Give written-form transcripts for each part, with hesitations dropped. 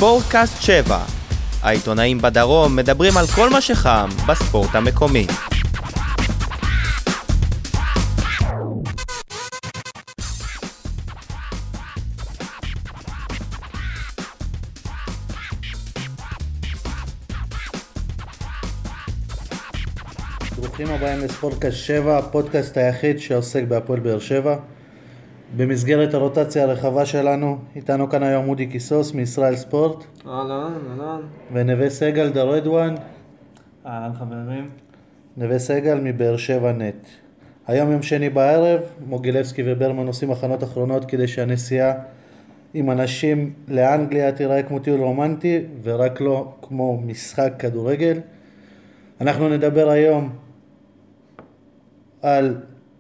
ספורטקאסט 7. העיתונאים בדרום מדברים על כל מה שחם בספורט המקומי. ברוכים הבאים לספורטקאסט 7, הפודקאסט היחיד שעוסק בהפועל באר שבע. במסגרת הרוטציה הרחבה שלנו, איתנו כאן היום אודי קיסוס מישראל ספורט. אהלן. ונווה סגל דרדואן. אהלן חברים. נווה סגל מבאר שבע נט. היום יום שני בערב, מוגילבסקי וברמן עושים הכנות אחרונות כדי שהנסיעה עם אנשים לאנגליה תיראה כמו טיול רומנטי ורק לא כמו משחק כדורגל. אנחנו נדבר היום על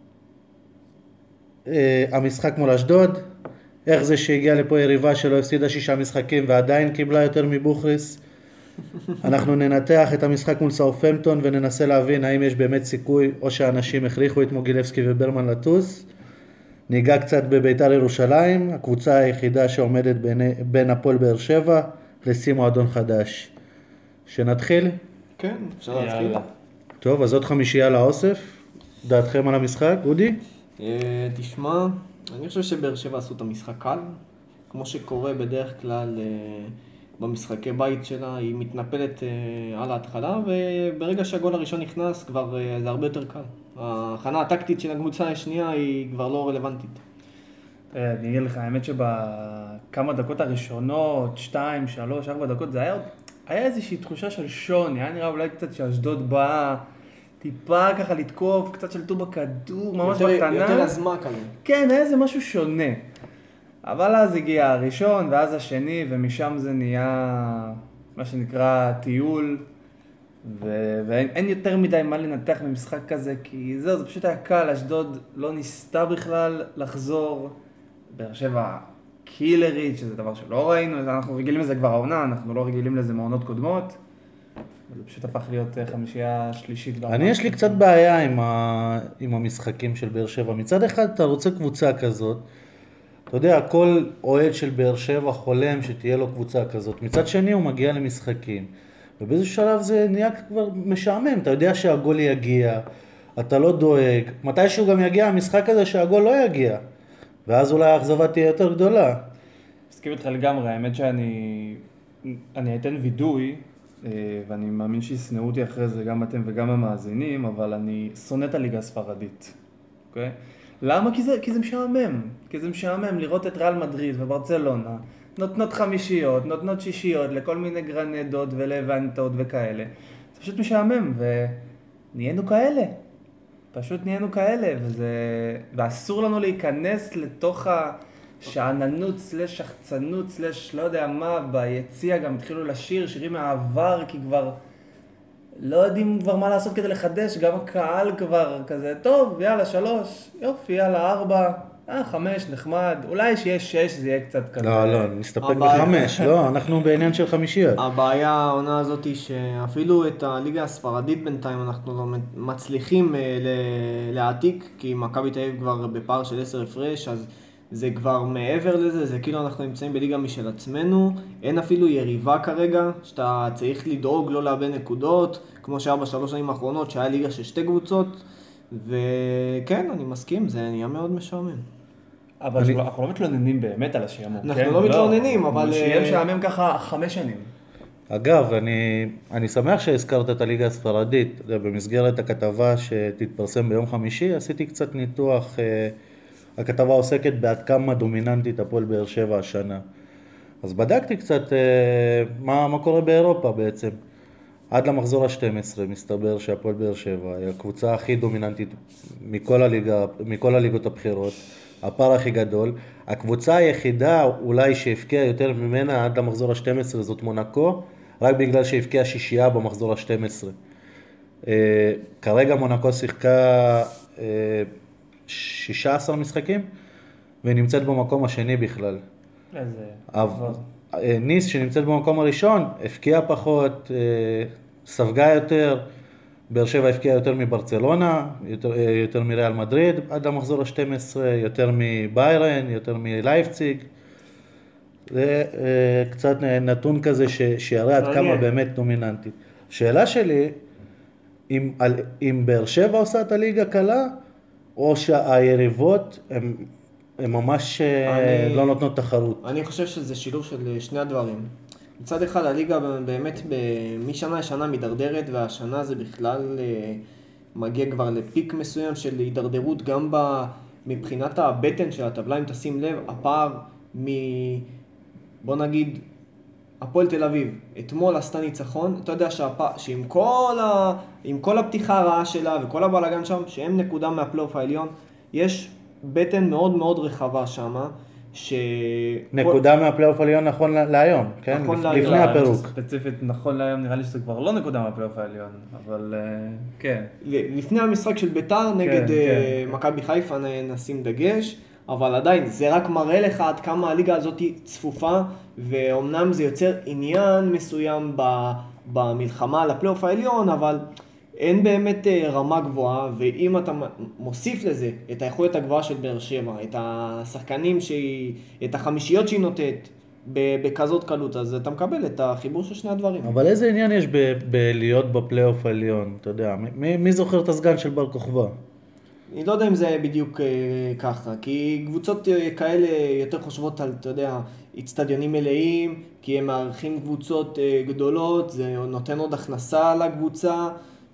המשחק מול אשדוד, איך זה שהגיעה לפה יריבה שלא הפסידה 6 משחקים ועדיין קיבלה יותר מבוכריס. אנחנו ננתח את המשחק מול סאות'המפטון וננסה להבין האם יש באמת סיכוי או שאנשים הכריחו את מוגילבסקי וברמן לטוס. ניגע קצת בביתר ירושלים, הקבוצה היחידה שעומדת בין הפועל באר שבע לשיא מועדון חדש. שנתחיל? כן, אפשר להתחיל. טוב, אז עוד חמישייה לאוסף. דעתכם על המשחק, אודי? תשמע, אני חושב שבאר שבע עשו את המשחק קל, כמו שקורה בדרך כלל במשחקי בית שלה, היא מתנפלת על ההתחלה, וברגע שהגול הראשון נכנס כבר זה הרבה יותר קל. ההכנה הטקטית של הקבוצה השנייה היא כבר לא רלוונטית. אני אגיד לך, האמת שבכמה דקות הראשונות, 2, 3, 4 דקות, זה היה איזושהי תחושה של שוני, היה נראה אולי קצת שאשדוד באה, טיפה ככה לתקוף, קצת שלטו בכדור, ממש בקטנה. יותר הזמה כאלה. כן, היה איזה משהו שונה. אבל אז הגיע הראשון, ואז השני, ומשם זה נהיה מה שנקרא טיול. ואין יותר מדי מה לנתח במשחק כזה, כי זהו, זה פשוט היה קל, אשדוד לא ניסתה בכלל לחזור. באר שבע קילרית, שזה דבר שלא ראינו, אנחנו רגילים לזה כבר העונה, אנחנו לא רגילים לזה מעונות קודמות. זה פשוט הפך להיות חמישייה שלישית. אני יש לי קצת בעיה עם המשחקים של באר שבע. מצד אחד אתה רוצה קבוצה כזאת, אתה יודע, כל אוהד של באר שבע חולם שתהיה לו קבוצה כזאת. מצד שני הוא מגיע למשחקים, ובאיזשהו שלב זה נהיה כבר משעמם. אתה יודע שהגול יגיע, אתה לא דואג. מתישהו גם יגיע המשחק הזה שהגול לא יגיע, ואז אולי האכזבה תהיה יותר גדולה. מסכים איתך לגמרי, האמת שאני אתן וידוי, ואני מאמין שיסנאו אותי אחרי זה גם אתם וגם המאזינים, אבל אני שונא את הליגה הספרדית. אוקיי? למה? כי זה משעמם. כי זה משעמם לראות את ריאל מדריד וברצלונה, נותנות חמישיות, נותנות שישיות לכל מיני גרנדות ולבנטות וכאלה. זה פשוט משעמם, ונהיינו כאלה. פשוט נהיינו כאלה, ואסור לנו להיכנס לתוך השעננות סלש שחצנות סלש לא יודע מה, ביציע גם התחילו לשיר שירים מהעבר, כי כבר לא יודעים כבר מה לעשות כדי לחדש, גם הקהל כבר כזה, טוב, יאללה 3, יופי, יאללה 4, 5, נחמד, אולי שיהיה 6 זה יהיה קצת כזה. לא, נסתפק ב5, לא, אנחנו בעניין של חמישיות. הבעיה העונה הזאת היא שאפילו את הליגה הספרדית בינתיים אנחנו לא מצליחים להעתיק, כי מכבי תל אביב כבר בפער של 10 הפרש, אז זה כבר מעבר לזה, זה כאילו אנחנו נמצאים בליגה משל עצמנו, אין אפילו יריבה כרגע, שאתה צריך לדאוג לא לאבד נקודות, כמו שהיה בשלוש שנים האחרונות, שהיה ליגה של 2 קבוצות, וכן, אני מסכים, זה נהיה מאוד משעמם. אבל אנחנו לא מתלוננים באמת על השעמום. אנחנו לא מתלוננים, אבל שיהיה משעמם ככה 5 שנים. אגב, אני שמח שהזכרת את הליגה הספרדית. במסגרת הכתבה שתתפרסם ביום חמישי, עשיתי קצת ניתוח. הכתבה עוסקת בעד כמה דומיננטית הפועל באר שבע השנה. אז בדקתי קצת מה קורה באירופה בעצם. עד למחזור ה-12 מסתבר שהפועל באר שבע היא הקבוצה הכי דומיננטית מכל הליגות הבחירות. הפער הכי גדול. הקבוצה היחידה אולי שהפקיעה יותר ממנה עד למחזור ה-12 זאת מונקו, רק בגלל שהפקיעה 6 במחזור ה-12. כרגע מונקו שיחקה 16 משחקים, ונמצאת במקום השני בכלל. ניס שנמצאת במקום הראשון, הפקיעה פחות, ספגה יותר, באר שבע הפקיעה יותר מברצלונה, יותר מריאל מדריד עד המחזור ה-12, יותר מביירן, יותר מלייפציג. זה קצת נתון כזה שיראה עד כמה באמת דומיננטית. שאלה שלי, אם באר שבע עושה את הליגה קלה, או שהיריבות הן ממש לא נותנות תחרות? אני חושב שזה שילוב של שני הדברים. מצד אחד הליגה באמת משנה לשנה מדרדרת, והשנה זה בכלל מגיע כבר לפיק מסוים של הידרדרות גם מבחינת הבטן של הטבלה. אם תשים לב, הפער בוא נגיד, הפועל תל אביב, אתמול עשתה ניצחון, אתה יודע שעם כל הפתיחה הרעה שלה וכל הבלגן שם, שהם נקודה מהפלייאוף העליון, יש בטן מאוד מאוד רחבה שמה, נקודה מהפלייאוף העליון נכון להיום, כן? לפני הפירוק. ספציפית נכון להיום נראה לי שזה כבר לא נקודה מהפלייאוף העליון, אבל כן. לפני המשחק של ביתר נגד מכבי חיפה נשים דגש, אבל עדיין זה רק מראה לך עד כמה הליגה הזאת צפופה, ואומנם זה יוצר עניין מסוים במלחמה על הפלייאוף העליון, אבל אין באמת רמה גבוהה, ואם אתה מוסיף לזה את היכולת הגבוהה של באר שבע, את השחקנים את החמישיות שהיא נותנת בכזאת קלות, אז אתה מקבל את החיבור של שני הדברים. אבל איזה עניין יש בלהיות בפלייאוף העליון? אתה יודע, מי זוכר את הסגן של בר כוכבא? אני לא יודע אם זה בדיוק ככה, כי קבוצות כאלה יותר חושבות על, אתה יודע, אצטדיונים מלאים, כי הם מארחים קבוצות גדולות, זה נותן עוד הכנסה לקבוצה,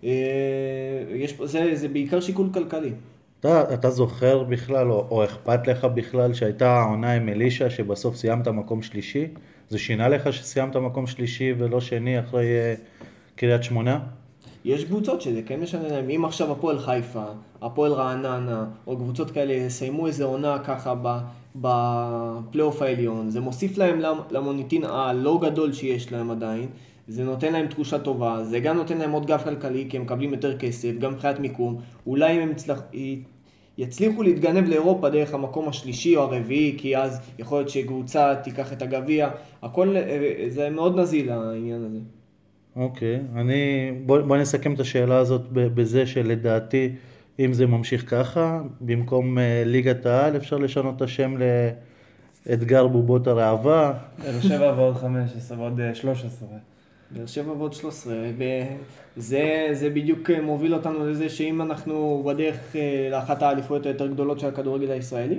זה בעיקר שיקול כלכלי. אתה זוכר בכלל, או אכפת לך בכלל, שהייתה העונה עם אלישה שבסוף סיימת מקום שלישי? זה שינה לך שסיימת מקום שלישי ולא שני אחרי קריית שמונה? יש קבוצות שזה כן משנה להם. אם עכשיו הפועל חיפה, הפועל רעננה, או קבוצות כאלה סיימו איזה עונה ככה בפלייאוף העליון, זה מוסיף להם למוניטין הלא גדול שיש להם עדיין, זה נותן להם תחושה טובה, זה גם נותן להם עוד גב כלכלי, כי הם מקבלים יותר כסף, גם מבחינת מיקום. אולי אם הם יצליחו להתגנב לאירופה דרך המקום השלישי או הרביעי, כי אז יכול להיות שקבוצה תיקח את הגביע, הכל, זה מאוד נזיל העניין הזה. אוקיי, בוא נסכם את השאלה הזאת בזה שלדעתי, אם זה ממשיך ככה, במקום ליגת העל אפשר לשנות את השם לאתגר בובות הראווה. באר שבע ועוד 15 ועוד 13. באר שבע ועוד 13, זה בדיוק מוביל אותנו לזה שאם אנחנו בדרך לאחת האליפויות היותר גדולות של הכדורגל הישראלי.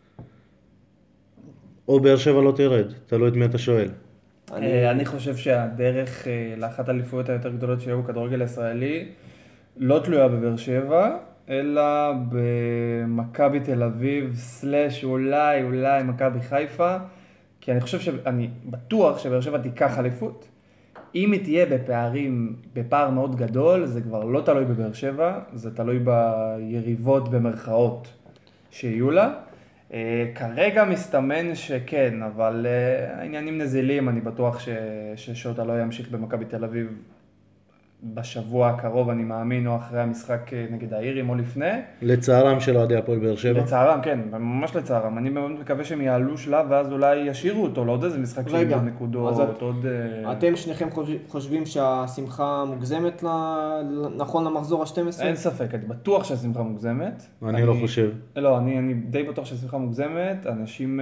או באר שבע לא תרד, תלוי את מי אתה שואל. אני חושב שהדרך לאחת האליפויות היותר גדולות שהיו בכדורגל הישראלי לא תלויה בבאר שבע, אלא במכבי תל אביב סלש אולי מכבי חיפה, כי אני בטוח שבאר שבע תיקח אליפות. אם היא תהיה בפער מאוד גדול, זה כבר לא תלוי בבאר שבע, זה תלוי ביריבות במרכאות שיהיו לה. כרגע מסתמן שכן, אבל העניינים נזילים, אני בטוח ששוטה לא ימשיך במכבי תל אביב בשבוע הקרוב, אני מאמין, או אחרי המשחק נגד האירים או לפני. לצערם של אוהדי הפועל באר שבע? לצערם, כן, ממש לצערם. אני מאוד מקווה שהם יעלו שלב, ואז אולי ישאירו אותו, לא עוד איזה משחק של עוד נקודות, עוד... אתם שניכם חושבים שהשמחה מוגזמת נכון למחזור ה-12? אין ספק, אני בטוח שהשמחה מוגזמת. אני לא חושב. לא, אני די בטוח שהשמחה מוגזמת, אנשים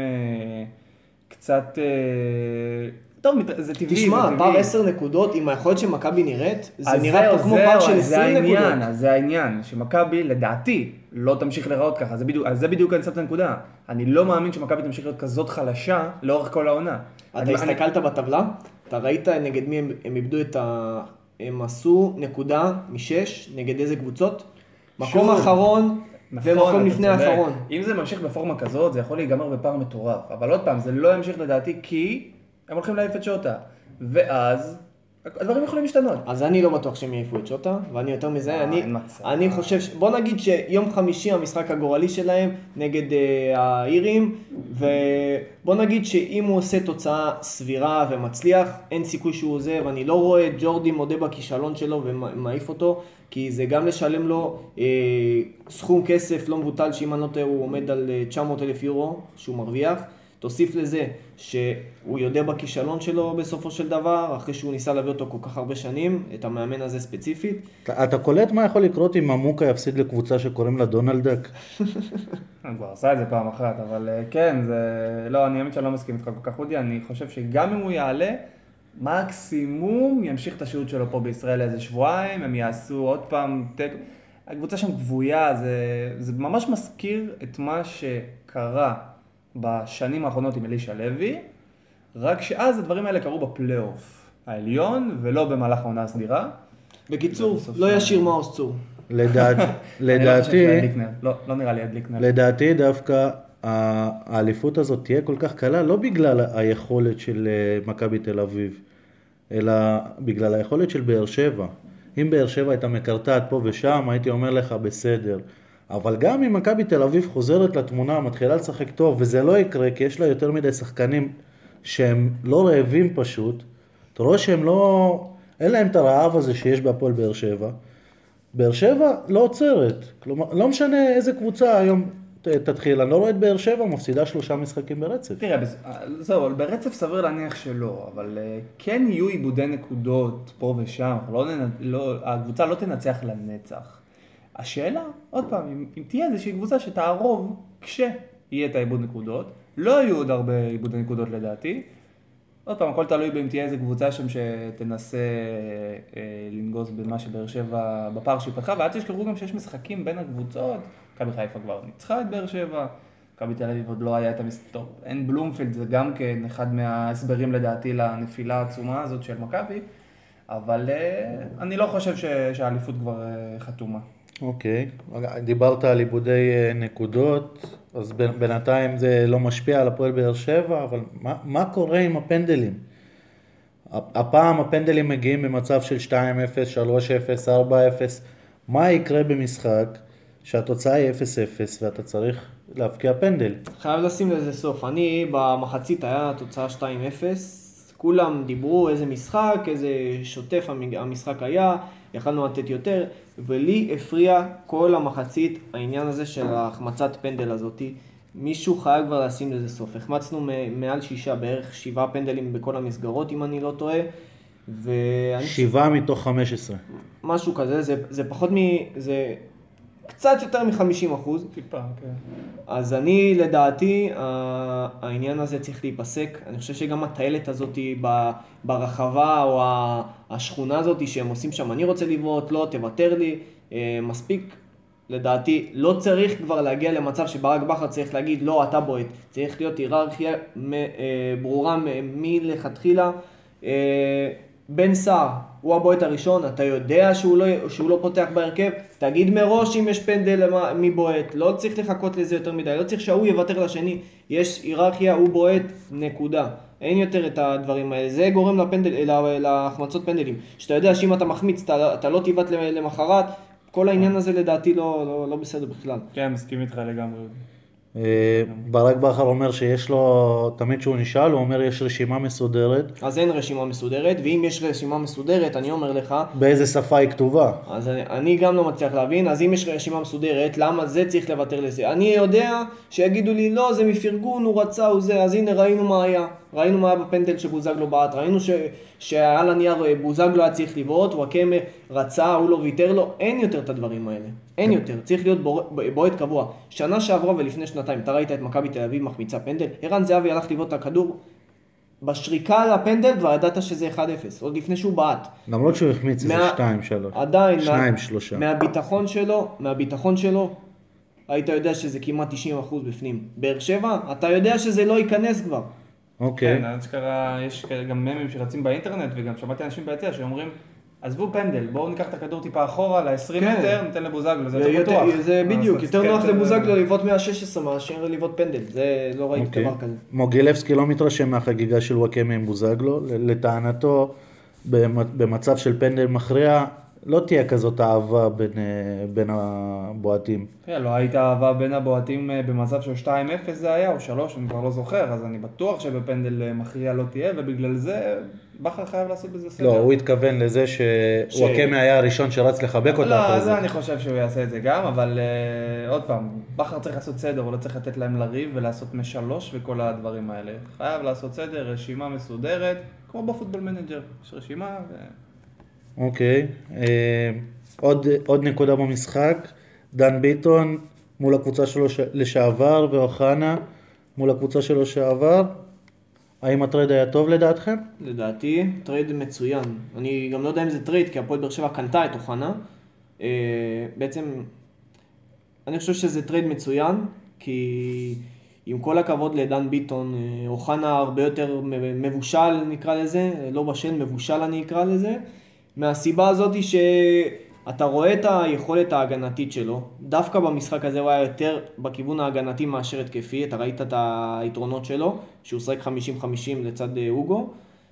קצת... טוב, זה טבעי. תשמע, פער 10 נקודות, עם היכולת שמכבי נראית, זה נראה פה כמו פער של 20 נקודות. זה העניין, שמכבי לדעתי לא תמשיך להיראות ככה, זה בדיוק אני שם את הנקודה. אני לא מאמין שמכבי תמשיך להיות כזאת חלשה לאורך כל העונה. אתה הסתכלת בטבלה? אתה ראית נגד מי הם איבדו הם עשו נקודה מ-6 נגד איזה קבוצות? מקום אחרון ומקום לפני האחרון. אם זה ממשיך בפורמה כזאת, זה יכול להיגמר בפער מטורף. אבל עוד פעם, זה לא ימשיך לדעתי כי הם הולכים להעיף את שוטה, ואז הדברים יכולים להשתנות. אז אני לא בטוח שהם יעיפו את שוטה, ואני יותר מזה, אני חושב, בוא נגיד שיום חמישי המשחק הגורלי שלהם נגד האירים, ובוא נגיד שאם הוא עושה תוצאה סבירה ומצליח, אין סיכוי שהוא עוזב, אני לא רואה את ג'ורדי מודה בכישלון שלו ומעיף אותו, כי זה גם לשלם לו סכום כסף לא מבוטל, שאם אני לא טועה הוא עומד על 900,000 יורו שהוא מרוויח, תוסיף לזה שהוא יודע בכישלון שלו בסופו של דבר, אחרי שהוא ניסה להביא אותו כל כך הרבה שנים, את המאמן הזה ספציפית. אתה קולט מה יכול לקרות אם ממוקה יפסיד לקבוצה שקוראים לה דונלדק? אני כבר עשה את זה פעם אחת, אבל כן, זה... לא, אני האמת שאני לא מסכים איתך כל כך אודי, אני חושב שגם אם הוא יעלה, מקסימום ימשיך את השהות שלו פה בישראל איזה שבועיים, הם יעשו עוד פעם הקבוצה שם גבויה, זה ממש מזכיר את מה שקרה בשנים האחרונות עם אלישע לוי, רק שאז הדברים האלה קרו בפלייאוף העליון ולא במהלך העונה הסדירה. בקיצור, לא ישיר מעוז צור. לדעתי, לא נראה לי עד ליקנר. לדעתי דווקא האליפות הזאת תהיה כל כך קלה, לא בגלל היכולת של מכבי תל אביב, אלא בגלל היכולת של באר שבע. אם באר שבע הייתה מקרטעת פה ושם, הייתי אומר לך בסדר. אבל גם אם מכבי תל אביב חוזרת לתמונה, מתחילה לשחק טוב, וזה לא יקרה, כי יש לה יותר מדי שחקנים שהם לא רעבים פשוט, אתה רואה שהם לא... אין להם את הרעב הזה שיש בהפועל באר שבע. באר שבע לא עוצרת. כלומר, לא משנה איזה קבוצה היום תתחיל. אני לא רואה את באר שבע מפסידה 3 משחקים ברצף. תראה, זהו, ברצף סביר להניח שלא, אבל כן יהיו עיבודי נקודות פה ושם. הקבוצה לא תנצח לנצח. השאלה, עוד פעם, אם תהיה איזושהי קבוצה שתערוב כשיהיה את העיבוד נקודות, לא יהיו עוד הרבה עיבודי נקודות לדעתי. עוד פעם, הכל תלוי באם תהיה איזה קבוצה שם שתנסה לנגוס במה שבאר שבע בפער שהיא פתחה, ועד שתזכרו גם שיש משחקים בין הקבוצות, מכבי חיפה כבר ניצחה את באר שבע, מכבי תל אביב עוד לא היה את המסתור, אין בלומפילד, זה גם כן אחד מההסברים לדעתי לנפילה העצומה הזאת של מכבי, אבל אני לא חושב שהאליפות כבר חתומה. אוקיי, דיברת על עיבודי נקודות, אז בינתיים זה לא משפיע על הפועל באר שבע, אבל מה קורה עם הפנדלים? הפעם הפנדלים מגיעים במצב של 2-0, 3-0, 4-0, מה יקרה במשחק שהתוצאה היא 0-0 ואתה צריך להבקיע פנדל? חייב לשים לזה סוף. אני במחצית היה תוצאה 2-0, כולם דיברו איזה משחק, איזה שוטף המשחק היה, יכלנו לתת יותר, ולי הפריע כל המחצית העניין הזה של ההחמצת פנדל הזאת. מישהו חייב כבר לשים לזה סוף. החמצנו מעל 6, בערך 7 פנדלים בכל המסגרות אם אני לא טועה. 7 מתוך 15. משהו כזה, זה פחות זה קצת יותר מ-50%. טיפה, כן. אז אני לדעתי העניין הזה צריך להיפסק. אני חושב שגם הטיילת הזאת ברחבה או השכונה הזאת שהם עושים שם, אני רוצה לבעוט, לא תוותר לי, מספיק. לדעתי לא צריך כבר להגיע למצב שברק בכר צריך להגיד לא אתה בועט, צריך להיות היררכיה ברורה מלכתחילה. בן סער הוא הבועט הראשון, אתה יודע שהוא לא פותח בהרכב, תגיד מראש אם יש פנדל מי בועט, לא צריך לחכות לזה יותר מדי, לא צריך שהוא יוותר לשני, יש היררכיה, הוא בועט, נקודה. אין יותר את הדברים האלה, זה גורם להחמצות פנדלים, שאתה יודע שאם אתה מחמיץ אתה לא תיבט למחרת, כל העניין הזה לדעתי לא בסדר בכלל. כן, מסכים איתך לגמרי. ברק בכר אומר שיש לו, תמיד שהוא נשאל, הוא אומר יש רשימה מסודרת. אז אין רשימה מסודרת, ואם יש רשימה מסודרת, אני אומר לך... באיזה שפה היא כתובה? אז אני גם לא מצליח להבין, אז אם יש רשימה מסודרת, למה זה צריך לוותר לזה? אני יודע שיגידו לי, לא, זה מפרגון, הוא רצה, הוא זה, אז הנה ראינו מה היה. ראינו מה היה בפנדל שבוזגלו בעט, ראינו שהיה לנייר בוזגלו היה צריך לבעוט, וואקמה רצה, הוא לא ויתר לו, אין יותר את הדברים האלה. אין יותר, צריך להיות בועט קבוע. שנה שעברה ולפני שנתיים, אתה ראית את מכבי תל אביב מחמיצה פנדל, ערן זהבי הלך לבעוט את הכדור, בשריקה על הפנדל כבר ידעת שזה 1-0, עוד לפני שהוא בעט. למרות שהוא החמיץ איזה 2-3. עדיין, 2-3. מהביטחון שלו, היית יודע שזה כמעט 90% בפנים. באר שבע, אתה יודע שזה לא ייכנס כבר. אוקיי. כן, אז קרה, יש גם ממים שרצים באינטרנט, וגם שמעתי אנשים ביציע שאומרים, עזבו פנדל, בואו ניקח את הכדור טיפה אחורה, ל-20 מטר, ניתן לבוזגלו, זה יותר בטוח. זה בדיוק, יותר נוח לבוזגלו לבעוט 116 מאשר לבעוט פנדל, זה לא ראיתי דבר כזה. מוגילבסקי לא מתרשם מהחגיגה של וואקמה עם בוזגלו, לטענתו, במצב של פנדל מכריע, לא תהיה כזאת אהבה בין הבועטים. כן, לא הייתה אהבה בין הבועטים במצב של 2-0 זה היה, או 3, אני כבר לא זוכר, אז אני בטוח שבפנדל מכריע לא תהיה, ובגלל זה בכר חייב לעשות בזה סדר. לא, הוא התכוון לזה שוואקמה היה הראשון שרץ לחבק אותה לא, אחרי זה זה. אני חושב שהוא יעשה את זה גם, אבל עוד פעם, בכר צריך לעשות סדר, הוא לא צריך לתת להם לריב ולעשות משלוש וכל הדברים האלה. חייב לעשות סדר, רשימה מסודרת, כמו בפוטבול מנג'ר, יש רשימה ו... אוקיי, עוד נקודה במשחק, דן ביטון מול הקבוצה שלו לשעבר ואוחנה מול הקבוצה שלו לשעבר. האם הטרייד היה טוב לדעתכם? לדעתי, טרייד מצוין. אני גם לא יודע אם זה טרייד, כי הפועל באר שבע קנתה את אוחנה. בעצם, אני חושב שזה טרייד מצוין, כי עם כל הכבוד לדן ביטון, אוחנה הרבה יותר מבושל נקרא לזה, לא בשל, מבושל אני אקרא לזה, מהסיבה הזאת שאתה רואה את היכולת ההגנתית שלו, דווקא במשחק הזה הוא היה יותר בכיוון ההגנתי מאשר התקפי, אתה ראית את היתרונות שלו, שהוא שחק 50-50 לצד אוגו,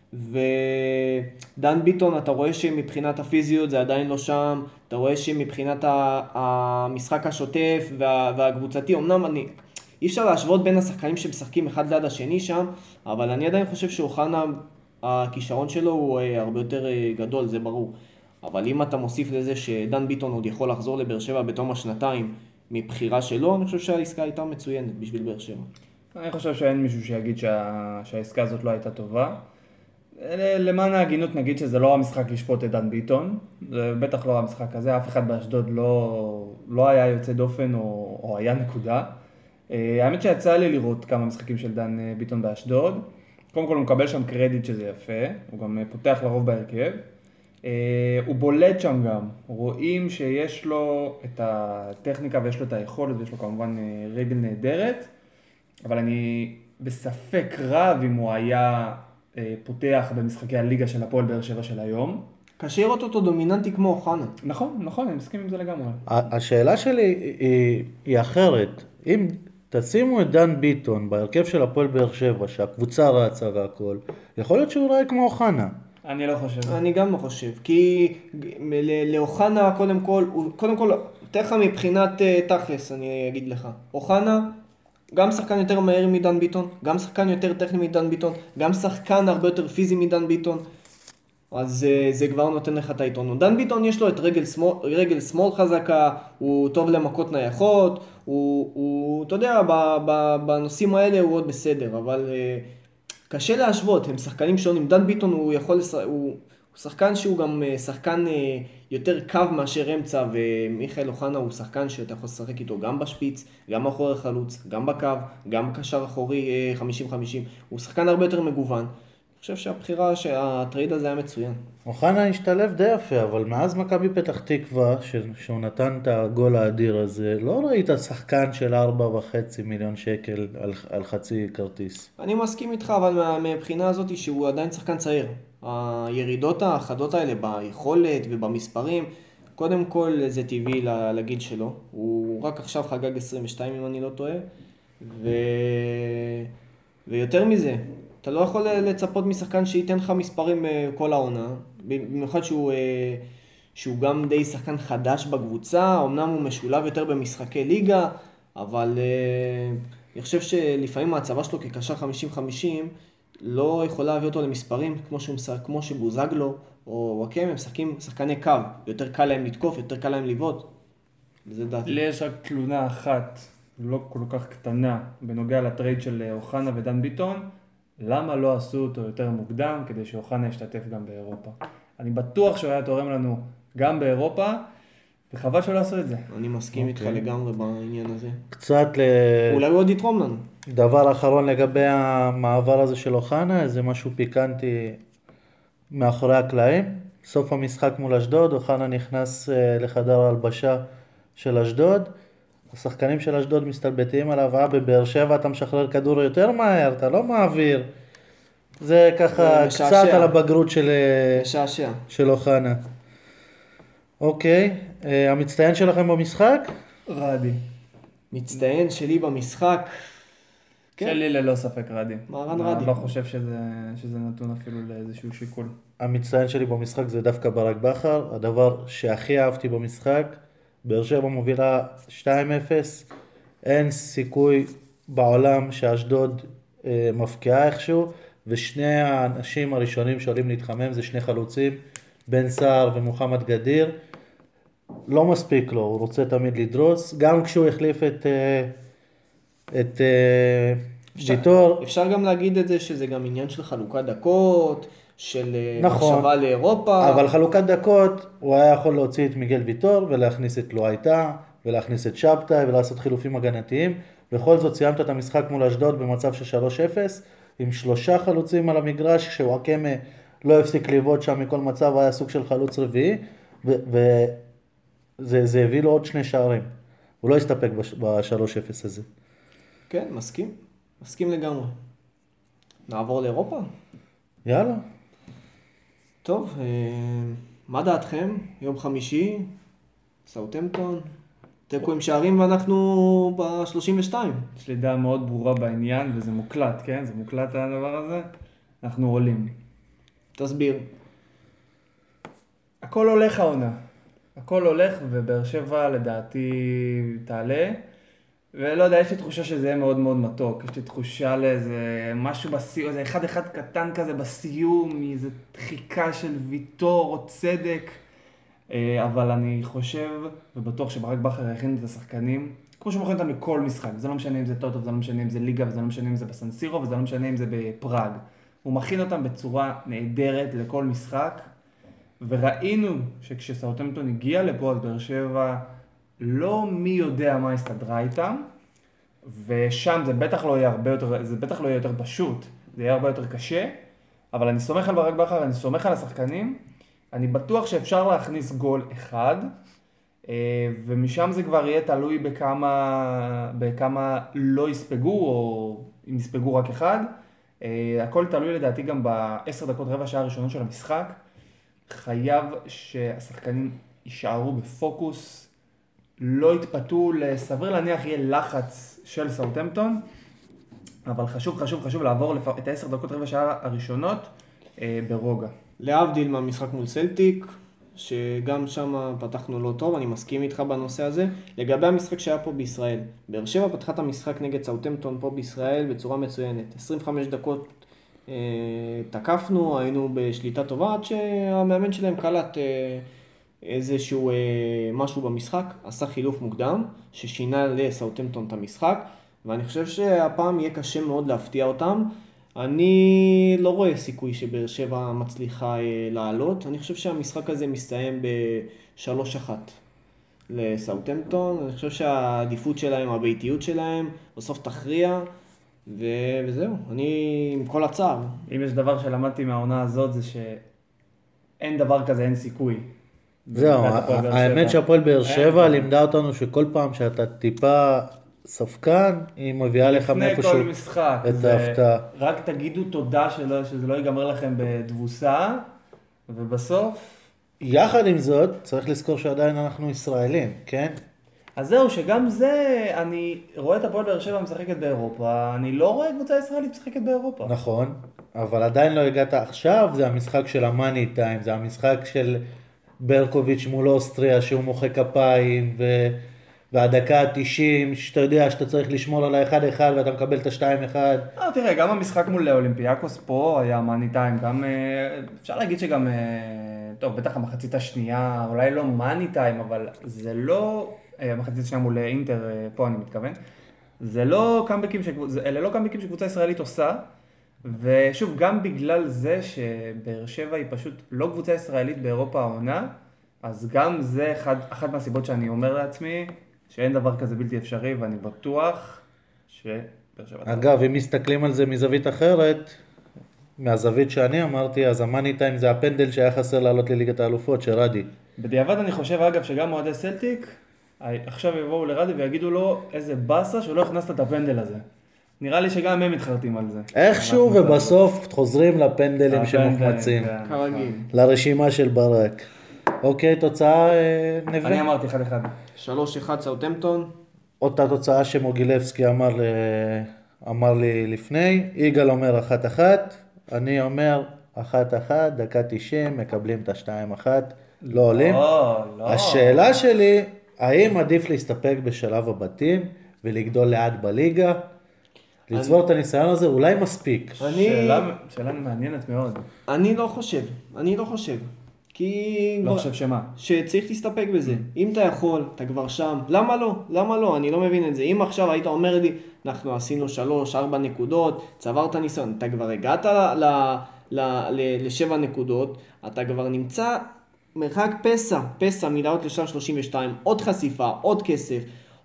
ודן ביטון אתה רואה שמבחינת הפיזיות זה עדיין לא שם, אתה רואה שמבחינת המשחק השוטף והקבוצתי, אמנם אי אפשר להשוות בין השחקנים שמשחקים אחד ליד השני שם, אבל אני עדיין חושב שאוחנה, הכישרון שלו הוא הרבה יותר גדול, זה ברור. אבל אם אתה מוסיף לזה שדן ביטון עוד יכול לחזור לבאר שבע בתום השנתיים מבחירה שלו, אני חושב שהעסקה הייתה מצוינת בשביל באר שבע. אני חושב שאין מישהו שיגיד שהעסקה הזאת לא הייתה טובה. למען ההגינות נגיד שזה לא המשחק לשפוט את דן ביטון, זה בטח לא המשחק הזה, אף אחד באשדוד לא היה יוצא דופן או היה נקודה. האמת שיצא לי לראות כמה משחקים של דן ביטון באשדוד. קודם כל הוא מקבל שם קרדיט שזה יפה, הוא גם פותח לרוב בהרכב. הוא בולט שם גם, רואים שיש לו את הטכניקה ויש לו את היכולת ויש לו כמובן רגל נהדרת, אבל אני בספק רב אם הוא היה פותח במשחקי הליגה של הפועל באר שבע של היום. קשה לראות אותו דומיננטי כמו אוחנה. נכון, אני מסכים עם זה לגמרי. השאלה שלי היא אחרת. אם תשימו את דן ביטון בהרכב של הפועל באר שבע, שהקבוצה רצה והכל, יכול להיות שהוא ראה כמו אוחנה. אני לא חושב. אני גם לא חושב, כי לאוחנה קודם כל, תכף מבחינת תכלס אני אגיד לך, אוחנה גם שחקן יותר מהר מדן ביטון, גם שחקן יותר טכני מדן ביטון, גם שחקן הרבה יותר פיזי מדן ביטון, אז זה כבר נותן לך את היתרונות. דן ביטון יש לו את רגל שמאל חזקה, הוא טוב למכות נייחות, אתה יודע, בנושאים האלה הוא עוד בסדר, אבל קשה להשוות, הם שחקנים שונים. דן ביטון הוא שחקן שהוא גם שחקן יותר קו מאשר אמצע, ומיכאל אוחנה הוא שחקן שאתה יכול לשחק איתו גם בשפיץ, גם אחורי חלוץ, גם בקו, גם קשר אחורי 50-50. הוא שחקן הרבה יותר מגוון. אני חושב שהטרייד הזה היה מצוין. אוחנה השתלב די יפה, אבל מאז מכבי פתח תקווה, שהוא נתן את הגול האדיר הזה, לא ראית שחקן של 4.5 מיליון שקל על חצי כרטיס. אני מסכים איתך, אבל מבחינה הזאת שהוא עדיין שחקן צעיר. הירידות האחדות האלה ביכולת ובמספרים, קודם כל זה טבעי לגיל שלו. הוא רק עכשיו חגג 22 אם אני לא טועה. ויותר מזה, אתה לא יכול לצפות משחקן שייתן לך מספרים כל העונה, במיוחד שהוא גם די שחקן חדש בקבוצה, אמנם הוא משולב יותר במשחקי ליגה, אבל אני חושב שלפעמים ההצבה שלו כקשר 50-50 לא יכולה להביא אותו למספרים כמו שבוזגלו או וואקמה, הם משחקים שחקני קו, יותר קל להם לתקוף, יותר קל להם לבעוט. וזה דעתי. לי יש רק תלונה אחת, לא כל כך קטנה, בנוגע לטרייד של אוחנה ודן ביטון, למה לא עשו אותו יותר מוקדם כדי שאוחנה ישתתף גם באירופה? אני בטוח שהוא היה תורם לנו גם באירופה, וחבל שלא עשו את זה. אני מסכים איתך לגמרי בעניין הזה. קצת אולי הוא עוד יתרום לנו. דבר אחרון לגבי המעבר הזה של אוחנה, זה משהו פיקנטי מאחורי הקלעים. סוף המשחק מול אשדוד, אוחנה נכנס לחדר ההלבשה של אשדוד. השחקנים של אשדוד מסתלבטים עליו, בבאר שבע אתה משחרר כדור יותר מהר, אתה לא מעביר. זה ככה קצת על הבגרות של אוחנה. אוקיי, המצטיין שלכם במשחק? רדי. מצטיין שלי במשחק. כן. שלי ללא ספק רדי. מהרן אני רדי. לא חושב שזה נתון אפילו לאיזשהו שיקול. המצטיין שלי במשחק זה דווקא ברק בכר. הדבר שהכי אהבתי במשחק, באר שבע מובילה 2-0, אין סיכוי בעולם שאשדוד מפקיעה איכשהו, ושני האנשים הראשונים שעולים להתחמם זה שני חלוצים, בן סער ומוחמד גדיר. לא מספיק לו, הוא רוצה תמיד לדרוס, גם כשהוא החליף את ויטור. אפשר גם להגיד את זה שזה גם עניין של חלוקת דקות, של נכון, מחשבה לאירופה. אבל חלוקת דקות, הוא היה יכול להוציא את מיגל ויטור ולהכניס את לואייטה ולהכניס את שבתאי ולעשות חילופים הגנתיים. בכל זאת סיימת את המשחק מול אשדוד במצב של 3-0 עם 3 חלוצים על המגרש, כשוואקמה לא הפסיק לבעוט שם מכל מצב, היה סוג של חלוץ רביעי, וזה הביא לו עוד 2 שערים. הוא לא הסתפק ב-3-0 הזה. כן, מסכים לגמרי. נעבור לאירופה? יאללה. טוב, מה דעתכם? יום חמישי, סאות'המפטון, תיקו עם שערים ואנחנו ב-32. יש לי דעה מאוד ברורה בעניין, וזה מוקלט, כן? זה מוקלט הדבר הזה. אנחנו עולים. תסביר. הכל הולך העונה. הכל הולך, ובאר שבע לדעתי תעלה. ולא יודע, יש לי תחושה שזה יהיה מאוד מאוד מתוק. יש לי תחושה לאיזה משהו בסיום, איזה אחד קטן כזה בסיום, איזה דחיקה של ויטור או צדק. אבל אני חושב ובטוח שברק בכר יכין את השחקנים, כמו שהוא מכין אותם לכל משחק. זה לא משנה אם זה טוטו, זה לא משנה אם זה ליגה, וזה לא משנה אם זה בסנסירו, וזה לא משנה אם זה בפראג. הוא מכין אותם בצורה נהדרת לכל משחק. וראינו שכשסאות'המפטון הגיע לפה, אז באר שבע לא מי יודע מה הסתדרה איתם, ושם זה בטח לא יהיה יותר פשוט, זה יהיה הרבה יותר קשה, אבל אני סומך על ברק בכר, אני סומך על השחקנים, אני בטוח שאפשר להכניס גול אחד, ומשם זה כבר יהיה תלוי בכמה לא יספגו, או אם יספגו רק אחד. הכל תלוי לדעתי גם ב10 דקות רבע שעה הראשונות של המשחק. חייב שהשחקנים יישארו בפוקוס, לא יתפתו, לסביר להניח יהיה לחץ של סאות'המפטון, אבל חשוב לעבור את 10 דקות רבע שעה הראשונות ברוגע. להבדיל מהמשחק מול סלטיק, שגם שם פתחנו לא טוב, אני מסכים איתך בנושא הזה. לגבי המשחק שהיה פה בישראל, באר שבע פתחה את המשחק נגד סאות'המפטון פה בישראל בצורה מצוינת. 25 דקות תקפנו, היינו בשליטה טובה, עד שהמאמן שלהם קלט איזשהו משהו במשחק, עשה חילוף מוקדם, ששינה לסאות'המפטון את המשחק, ואני חושב שהפעם יהיה קשה מאוד להפתיע אותם. אני לא רואה סיכוי שבאר שבע מצליחה לעלות. אני חושב שהמשחק הזה מסתיים ב-3-1 לסאות'המפטון. אני חושב שהעדיפות שלהם, הביתיות שלהם, בסוף תכריע, וזהו. אני עם כל הצער. אם יש דבר שלמדתי מהעונה הזאת, זה שאין דבר כזה, אין סיכוי. זהו, האמת שהפועל באר שבע לימדה אותנו שכל פעם שאתה טיפה ספקן, היא מביאה לך מאיפשהו לפני כל משחק, את ההפתעה. רק תגידו תודה שזה לא ייגמר לכם בתבוסה, ובסוף... יחד עם זאת, צריך לזכור שעדיין אנחנו ישראלים, כן? אז זהו, שגם זה, אני רואה את הפועל באר שבע משחקת באירופה, אני לא רואה קבוצה ישראלית משחקת באירופה. נכון, אבל עדיין לא הגעת עכשיו, זה המשחק של המאני טיים, זה המשחק של ברקוביץ' מול אוסטריה, שהוא מוחא כפיים, והדקה ה-90, שאתה יודע שאתה צריך לשמור על ה-1-1 ואתה מקבל את ה-2-1. תראה, גם המשחק מול אולימפיאקוס פה היה מאני טיים, גם אפשר להגיד שגם, טוב, בטח המחצית השנייה, אולי לא מאני טיים, אבל זה לא, המחצית השנייה מול אינטר, פה אני מתכוון, אלה לא קאמבקים שקבוצה ישראלית עושה, ושוב, גם בגלל זה שבאר שבע היא פשוט לא קבוצה ישראלית באירופה העונה, אז גם זה אחת מהסיבות שאני אומר לעצמי, שאין דבר כזה בלתי אפשרי, ואני בטוח שבאר שבע... אגב, אם מסתכלים על זה מזווית אחרת, מהזווית שאני אמרתי, אז המאני טיים זה הפנדל שהיה חסר לעלות לליגת האלופות, שרדי. בדיעבד אני חושב, אגב, שגם אוהדי סלטיק, עכשיו יבואו לרדי ויגידו לו איזה באסה שלא הכנסת את הפנדל הזה. נראה לי שגם הם מתחרטים על זה. איכשהו ובסוף חוזרים לפנדלים שמוחמצים. כרגיל. לרשימה של ברק. אוקיי, תוצאה נווה. אני אמרתי 1-1. 3-1 סאות'המפטון. אותה תוצאה שמוגילבסקי אמר אמר לי לפני, יגאל אומר 1-1, אני אומר 1-1, דקה 90, מקבלים את ה-2-1, לא עולים. לא. השאלה שלי, האם עדיף להסתפק בשלב הבתים ולגדול לאט בליגה? לצבור את הניסיון הזה אולי מספיק. שאלה מעניינת מאוד. אני לא חושב. כי... לא חושב שמה? שצריך להסתפק בזה. אם אתה יכול, אתה כבר שם. למה לא? אני לא מבין את זה. אם עכשיו היית אומר לי, אנחנו עשינו 3-4 נקודות, צברת ניסיון, אתה כבר הגעת ל7 נקודות, אתה כבר נמצא מרחק פסע מלהות לשלב 32, עוד חשיפה, עוד כסף,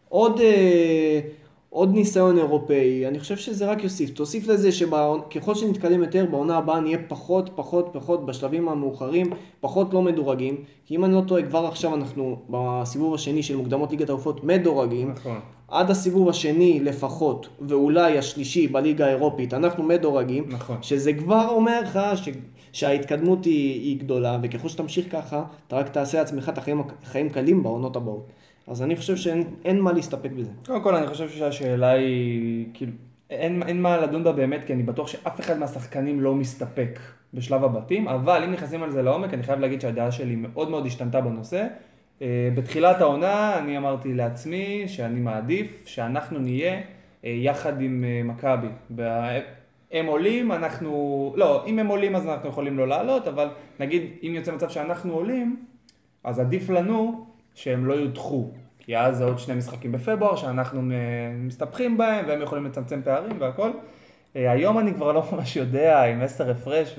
עוד ניסיון אירופאי. אני חושב שזה רק יוסיף. תוסיף לזה שככל שנתקדם יותר, בעונה הבאה נהיה פחות בשלבים המאוחרים, פחות לא מדורגים. כי אם אני לא טועה, כבר עכשיו אנחנו בסיבוב השני של מוקדמות ליגת האלופות מדורגים. נכון. עד הסיבוב השני לפחות, ואולי השלישי בליגה האירופית, אנחנו מדורגים. נכון. שזה כבר אומר לך שההתקדמות היא גדולה, וככל שתמשיך ככה, אתה רק תעשה לעצמך את החיים קלים בעונות הבאות. אז אני חושב שאין מה להסתפק בזה. קודם כל, אני חושב שהשאלה היא, כאילו, אין מה לדון בה באמת, כי אני בטוח שאף אחד מהשחקנים לא מסתפק בשלב הבתים, אבל אם נכנסים על זה לעומק, אני חייב להגיד שהדעה שלי מאוד מאוד השתנתה בנושא. בתחילת העונה אני אמרתי לעצמי שאני מעדיף שאנחנו נהיה יחד עם מכבי. הם עולים, אם הם עולים אז אנחנו יכולים לא לעלות, אבל נגיד אם יוצא מצב שאנחנו עולים, אז עדיף לנו שהם לא יודחו, כי אז זה עוד 2 משחקים בפברואר שאנחנו מסתפחים בהם והם יכולים לצמצם פערים והכל. היום אני כבר לא ממש יודע עם 10 הפרש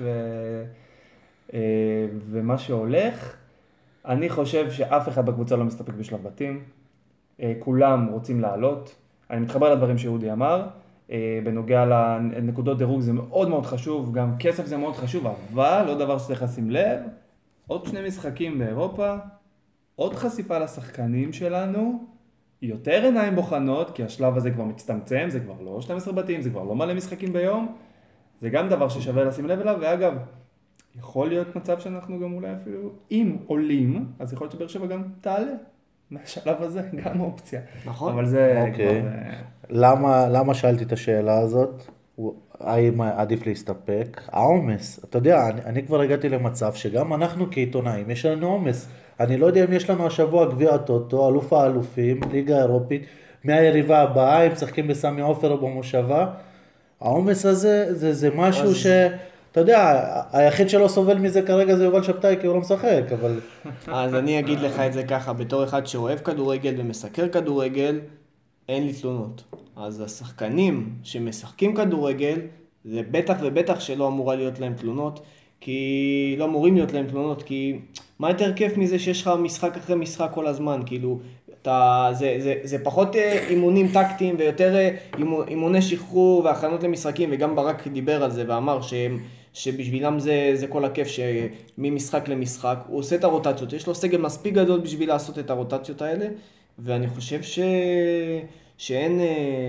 ומה שהולך. אני חושב שאף אחד בקבוצה לא מסתפק בשלב בתים, כולם רוצים לעלות. אני מתחבר לדברים שאודי אמר, בנוגע לנקודות דירוג זה מאוד מאוד חשוב, גם כסף זה מאוד חשוב, אבל עוד דבר שצריך לשים לב, עוד 2 משחקים באירופה, עוד חשיפה לשחקנים שלנו, יותר עיניים בוחנות, כי השלב הזה כבר מצטמצם, זה כבר לא 12 בתים, זה כבר לא מלא משחקים ביום, זה גם דבר ששווה לשים לב אליו, ואגב, יכול להיות מצב שאנחנו גם אולי אפילו, אם עולים, אז יכול להיות שבאר שבע גם תעלה, מהשלב הזה גם אופציה. נכון. אבל זה אוקיי. כבר... למה שאלתי את השאלה הזאת? האם עדיף להסתפק? העומס. אתה יודע, אני כבר הגעתי למצב שגם אנחנו כעיתונאים, יש לנו עומס. אני לא יודע אם יש לנו השבוע גביע הטוטו, אלוף האלופים, ליגה אירופית, מהיריבה הבאה, אם משחקים בסמי עופר או במושבה. העומס הזה, זה משהו אתה יודע, היחיד שלא סובל מזה כרגע זה יובל שבתאי, כי הוא לא משחק, אבל... אז אני אגיד לך את זה ככה, בתור אחד שאוהב כדורגל ומסקר כדורגל, אין לי תלונות. אז השחקנים שמשחקים כדורגל, זה בטח ובטח שלא אמורה להיות להם תלונות, כי לא אמורים להיות להם תלונות, כי מה יותר כיף מזה שיש לך משחק אחרי משחק כל הזמן, כאילו, זה פחות אימונים טקטיים ויותר אימוני שחרור והכנות למשחקים, וגם ברק דיבר על זה ואמר שבשבילם זה כל הכיף שממשחק למשחק, הוא עושה את הרוטציות, יש לו סגל מספיק גדול בשביל לעשות את הרוטציות האלה, ואני חושב שאין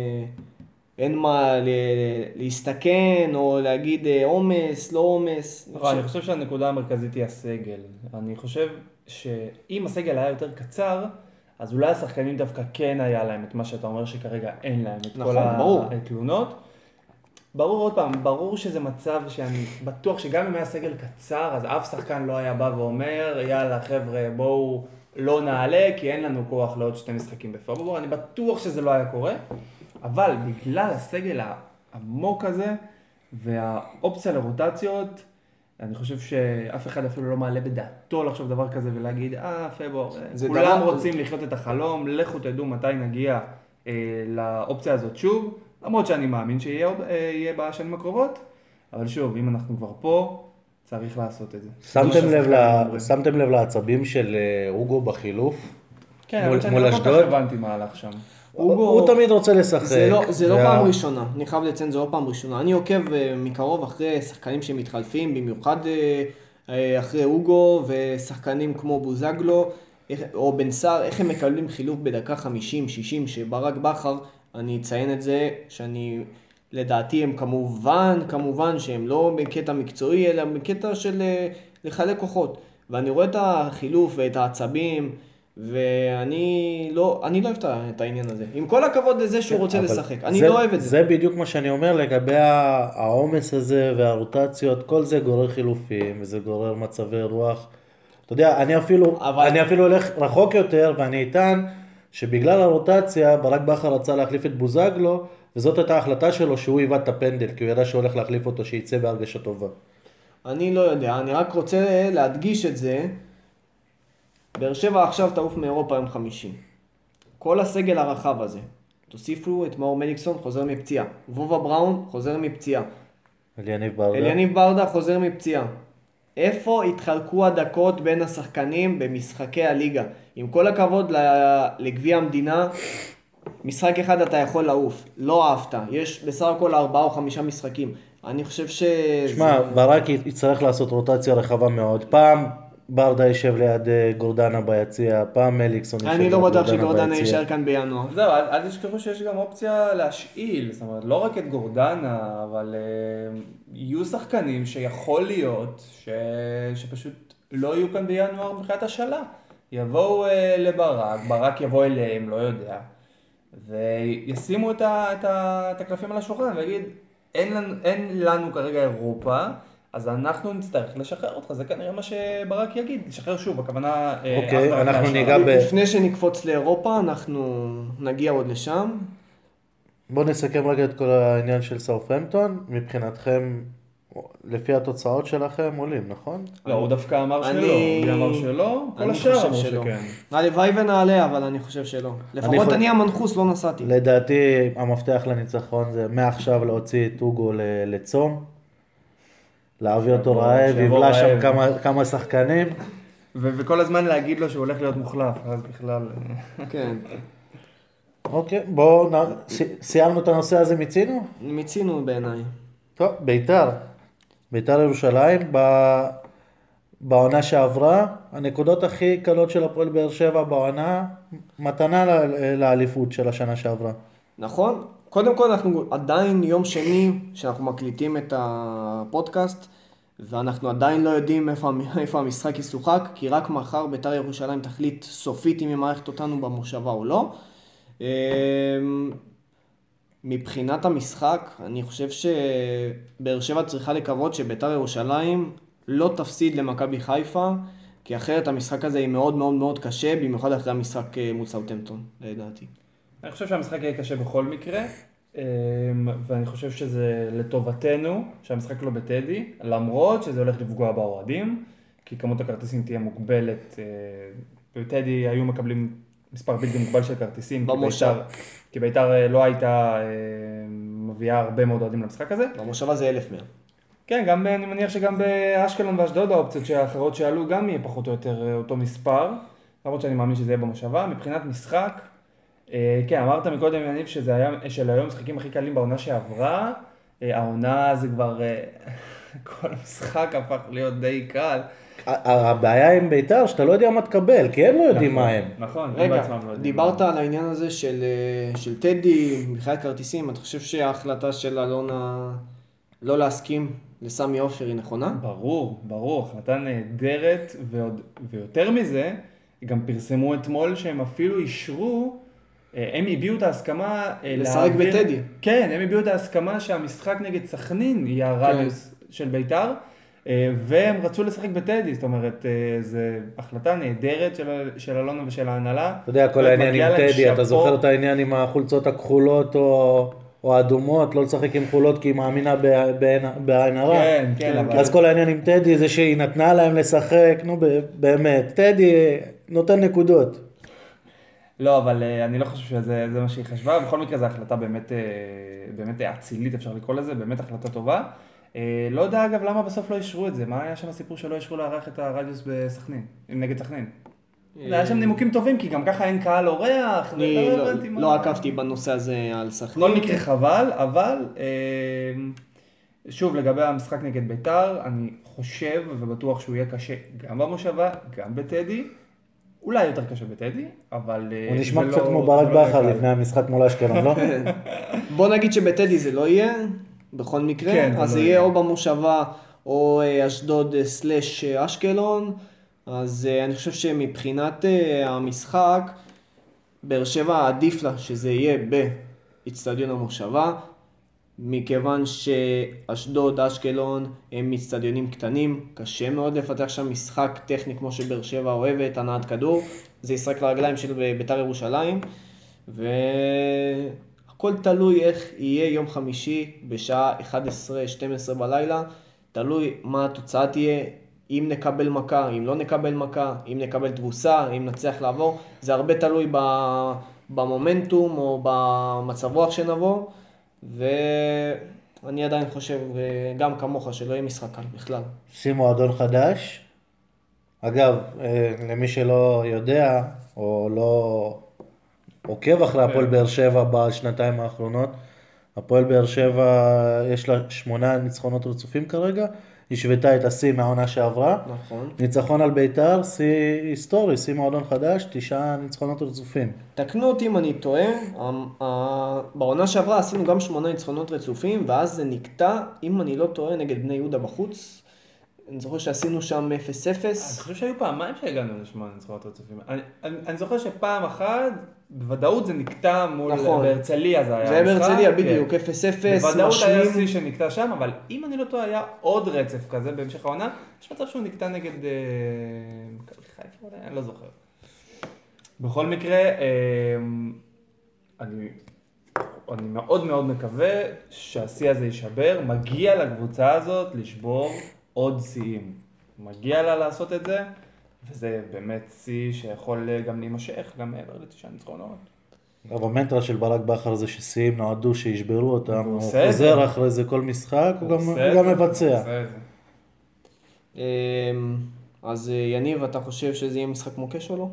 מה להסתכן או להגיד עומס, לא עומס. אני חושב שהנקודה המרכזית היא הסגל. אני חושב שאם הסגל היה יותר קצר, אז אולי השחקנים דווקא כן היה להם את מה שאתה אומר שכרגע אין להם את כל התלונות. ברור עוד פעם, ברור שזה מצב שאני בטוח שגם אם היה סגל קצר, אז אף שחקן לא היה בא ואומר, יאללה חבר'ה בואו לא נעלה, כי אין לנו כוח לעוד 2 משחקים בפברואר. אני בטוח שזה לא היה קורה, אבל בגלל הסגל העמוק הזה והאופציה לרוטציות, אני חושב שאף אחד אפילו לא מעלה בדעתו לחשוב דבר כזה ולהגיד, פברואר, כולם רוצים לחיות את החלום, לכו תדעו מתי נגיע לאופציה הזאת שוב, למרות שאני מאמין שיהיה בשנים הקרובות, אבל שוב, אם אנחנו כבר פה, צריך לעשות את זה. שמתם לב לעצבים של אוגו בחילוף? כן, אבל שאני לא כל כך הבנתי מה הלך שם. הוא תמיד רוצה לשחק. זה לא פעם ראשונה, אני חייב לציין, זה לא פעם ראשונה. אני עוקב מקרוב אחרי שחקנים שמתחלפים, במיוחד אחרי אוגו ושחקנים כמו בוזגלו או בן סער, איך הם מקבלים חילוף בדקה 50-60, שברק בכר, אני אציין את זה, שאני לדעתי הם כמובן שהם לא בקטע מקצועי, אלא בקטע של לחלק כוחות. ואני רואה את החילוף ואת העצבים, ואני לא אוהב את העניין הזה. עם כל הכבוד לזה שהוא רוצה לשחק, אני לא אוהב את זה. זה בדיוק מה שאני אומר לגבי העומס הזה והרוטציות, כל זה גורר חילופים וזה גורר מצבי רוח. אתה יודע, אני אפילו הולך רחוק יותר ואני אטען שבגלל הרוטציה ברק בכר רצה להחליף את בוזגלו, וזאת הייתה ההחלטה שלו שהוא היווה את הפנדל, כי הוא ידע שהוא הולך להחליף אותו, שייצא בהרגשה טובה. אני לא יודע, אני רק רוצה להדגיש את זה. באר שבע עכשיו תעוף מאירופה יום חמישי. כל הסגל הרחב הזה, תוסיפו את מאור מליקסון, חוזר מפציעה. וובה בראון, חוזר מפציעה. אליניב ברדה, חוזר מפציעה. איפה התחלקו הדקות בין השחקנים במשחקי הליגה? עם כל הכבוד לגביע המדינה, משחק אחד אתה יכול לעוף, לא אהבת. יש בסך הכל 4 או 5 משחקים. אני חושב שמע, ברק יצטרך לעשות רוטציה רחבה מאוד. פעם ברדה יישב ליד גורדנה ביציע, פעם מליקסון יישב ליד גורדנה ביציע. אני לא בטוח שגורדנה יישאר כאן בינואר. זהו, אל תשכחו שיש גם אופציה להשאיל, זאת אומרת, לא רק את גורדנה, אבל יהיו שחקנים שיכול להיות שפשוט לא יהיו כאן בינואר מבחינת השאלה. יבואו לברק, ברק יבוא אליהם, לא יודע, וישימו את הקלפים על השולחן ויגיד, אין לנו כרגע אירופה, אז אנחנו נצטרך לשחרר אותך, זה כנראה מה שברק יגיד, לשחרר שוב, הכוונה... אוקיי, אנחנו ניגע לפני שנקפוץ לאירופה, אנחנו נגיע עוד לשם. בואו נסכם רגע את כל העניין של סאות'המפטון, מבחינתכם, לפי התוצאות שלכם עולים, נכון? לא, הוא דווקא אמר שלא, הוא אמר שלא, כל השאר אמר שכן. הלוואי ונעלה, אבל אני חושב שלא. לפחות אני המנחוס לא נסעתי. לדעתי, המפתח לניצחון זה מעכשיו להוציא את אוגו לצום, להביא אותו רעב, יבלע שם כמה שחקנים. וכל הזמן להגיד לו שהוא הולך להיות מוחלף, אז בכלל... כן. אוקיי, בואו, סיימנו את הנושא הזה, מיצינו? מיצינו בעיניי. טוב, ביתר ירושלים, בעונה שעברה, הנקודות הכי קלות של הפועל באר שבע בעונה, מתנה לאליפות של השנה שעברה. נכון. קודם כל אנחנו עדיין יום שני שאנחנו מקליטים את הפודקאסט, ואנחנו עדיין לא יודעים איפה המשחק ישוחק, כי רק מחר ביתר ירושלים תחליט סופית אם היא מערכת אותנו במושבה או לא. מבחינת המשחק, אני חושב שבאר שבע צריכה לקוות שביתר ירושלים לא תפסיד למכבי חיפה, כי אחרת המשחק הזה היא מאוד מאוד מאוד קשה, במיוחד אחרי המשחק מול סאות'המפטון, לדעתי. אני חושב שהמשחק יהיה קשה בכל מקרה, ואני חושב שזה לטובתנו, שהמשחק לא בטדי, למרות שזה הולך לפגוע באוהדים, כי כמות הכרטיסים תהיה מוגבלת. בטדי היו מקבלים מספר בלתי מוגבל של כרטיסים, כי ביתר לא הייתה מביאה הרבה מאוד אוהדים למשחק הזה. במושבה זה 1,100. כן, גם אני מניח שגם באשקלון ואשדוד האופציות האחרות שעלו גם יהיה פחות או יותר אותו מספר, למרות שאני מאמין שזה יהיה במושבה. מבחינת משחק, כן, אמרת מקודם יניב שזה היה של היום משחקים הכי קלים בעונה שעברה, העונה זה כבר, כל המשחק הפך להיות די קל. הבעיה עם ביתר שאתה לא יודע מה תקבל, כי הם לא יודעים מה הם. נכון, רגע, דיברת על העניין הזה של טדי, מבחינת כרטיסים, אתה חושב שההחלטה של אלונה לא להסכים לסמי עופר היא נכונה? ברור, החלטה נהדרת, ויותר מזה, גם פרסמו אתמול שהם אפילו אישרו, הם הביאו את ההסכמה לשחק בטדי. כן, הם הביאו את ההסכמה שהמשחק נגד סכנין יהיה הרדיוס של ביתר, והם רצו לשחק בטדי, זאת אומרת, זו החלטה נהדרת של אלונה ושל ההנהלה. אתה יודע, כל העניין עם טדי, אתה זוכר את העניין עם החולצות הכחולות או האדומות, לא לשחק עם חולות כי היא מאמינה בעין הרע. כן. אז כל העניין עם טדי זה שהיא נתנה להם לשחק, נו באמת, טדי נותן נקודות. לא, אבל אני לא חושב שזה מה שהיא חשבה, בכל מקרה זו החלטה באמת אצילית, אפשר לקרוא לזה, באמת החלטה טובה. לא יודע אגב למה בסוף לא אישרו את זה, מה היה שם הסיפור שלא אישרו לערך את הרדיוס בסכנין, נגד סכנין? היה שם נימוקים טובים, כי גם ככה אין קהל אורח. אני לא עקבתי בנושא הזה על סכנין. כל מקרה חבל, אבל שוב לגבי המשחק נגד ביתר, אני חושב ובטוח שהוא יהיה קשה גם במושבה, גם בטדי. אולי יותר קשה בטדי, אבל... הוא נשמע קצת כמו ברק בכר לפני המשחק מול אשקלון, לא? בוא נגיד שבטדי זה לא יהיה, בכל מקרה, אז זה יהיה או במושבה או אשדוד סלש אשקלון, אז אני חושב שמבחינת המשחק, באר שבע עדיף לה שזה יהיה באצטדיון המושבה, מכיוון שאשדוד, אשקלון הם אצטדיונים קטנים, קשה מאוד לפתח שם משחק טכני כמו שבאר שבע אוהבת, הנעת כדור, זה ישחק לרגליים של בית"ר ירושלים, והכל תלוי איך יהיה יום חמישי בשעה 11-12 בלילה, תלוי מה התוצאה תהיה, אם נקבל מכה, אם לא נקבל מכה, אם נקבל תבוסה, אם נצליח לעבור, זה הרבה תלוי במומנטום או במצב רוח שנבוא, ואני עדיין חושב, גם כמוך, שלא יהיה משחק קל בכלל. עושים מועדון חדש. אגב, למי שלא יודע, או לא עוקב אחרי הפועל באר שבע בשנתיים האחרונות, הפועל באר שבע יש לה 8 ניצחונות רצופים כרגע, היא שוותה את השיא מהעונה שעברה. נכון. ניצחון על בית"ר, שיא היסטורי, שיא מועדון חדש, 9 ניצחונות רצופים. תקנו אותי אם אני טועה, בעונה שעברה עשינו גם 8 ניצחונות רצופים, ואז זה נקטע, אם אני לא טועה, נגד בני יהודה בחוץ. אני זוכר שעשינו שם 0-0. אני חושב שהיו פעמיים שהגענו לשמונה ניצחונות רצופים. אני זוכר שפעם אחת, בוודאות זה נקטע מול בהרצליה, זה היה זה היה בהרצליה בדיוק, 0-0, בוודאות היה שיא שנקטע שם, אבל אם אני לא טועה, היה עוד רצף כזה בהמשך העונה, יש מצב שהוא נקטע נגד חיפה, אני לא זוכר. בכל מקרה, אני מאוד מאוד מקווה שהשיא הזה יישבר, מגיע לקבוצה הזאת לשבור עוד שיאים. מגיע לה לעשות את זה, וזה באמת שיא שיכול גם להימשך, גם מעבר ל9 ניצחונות. אבל המנטרה של ברק בכר זה ששיאים נועדו שישברו אותם, הוא עושה חוזר אחרי זה כל משחק, הוא גם מבצע. אז יניב, אתה חושב שזה יהיה משחק מוקש או לא?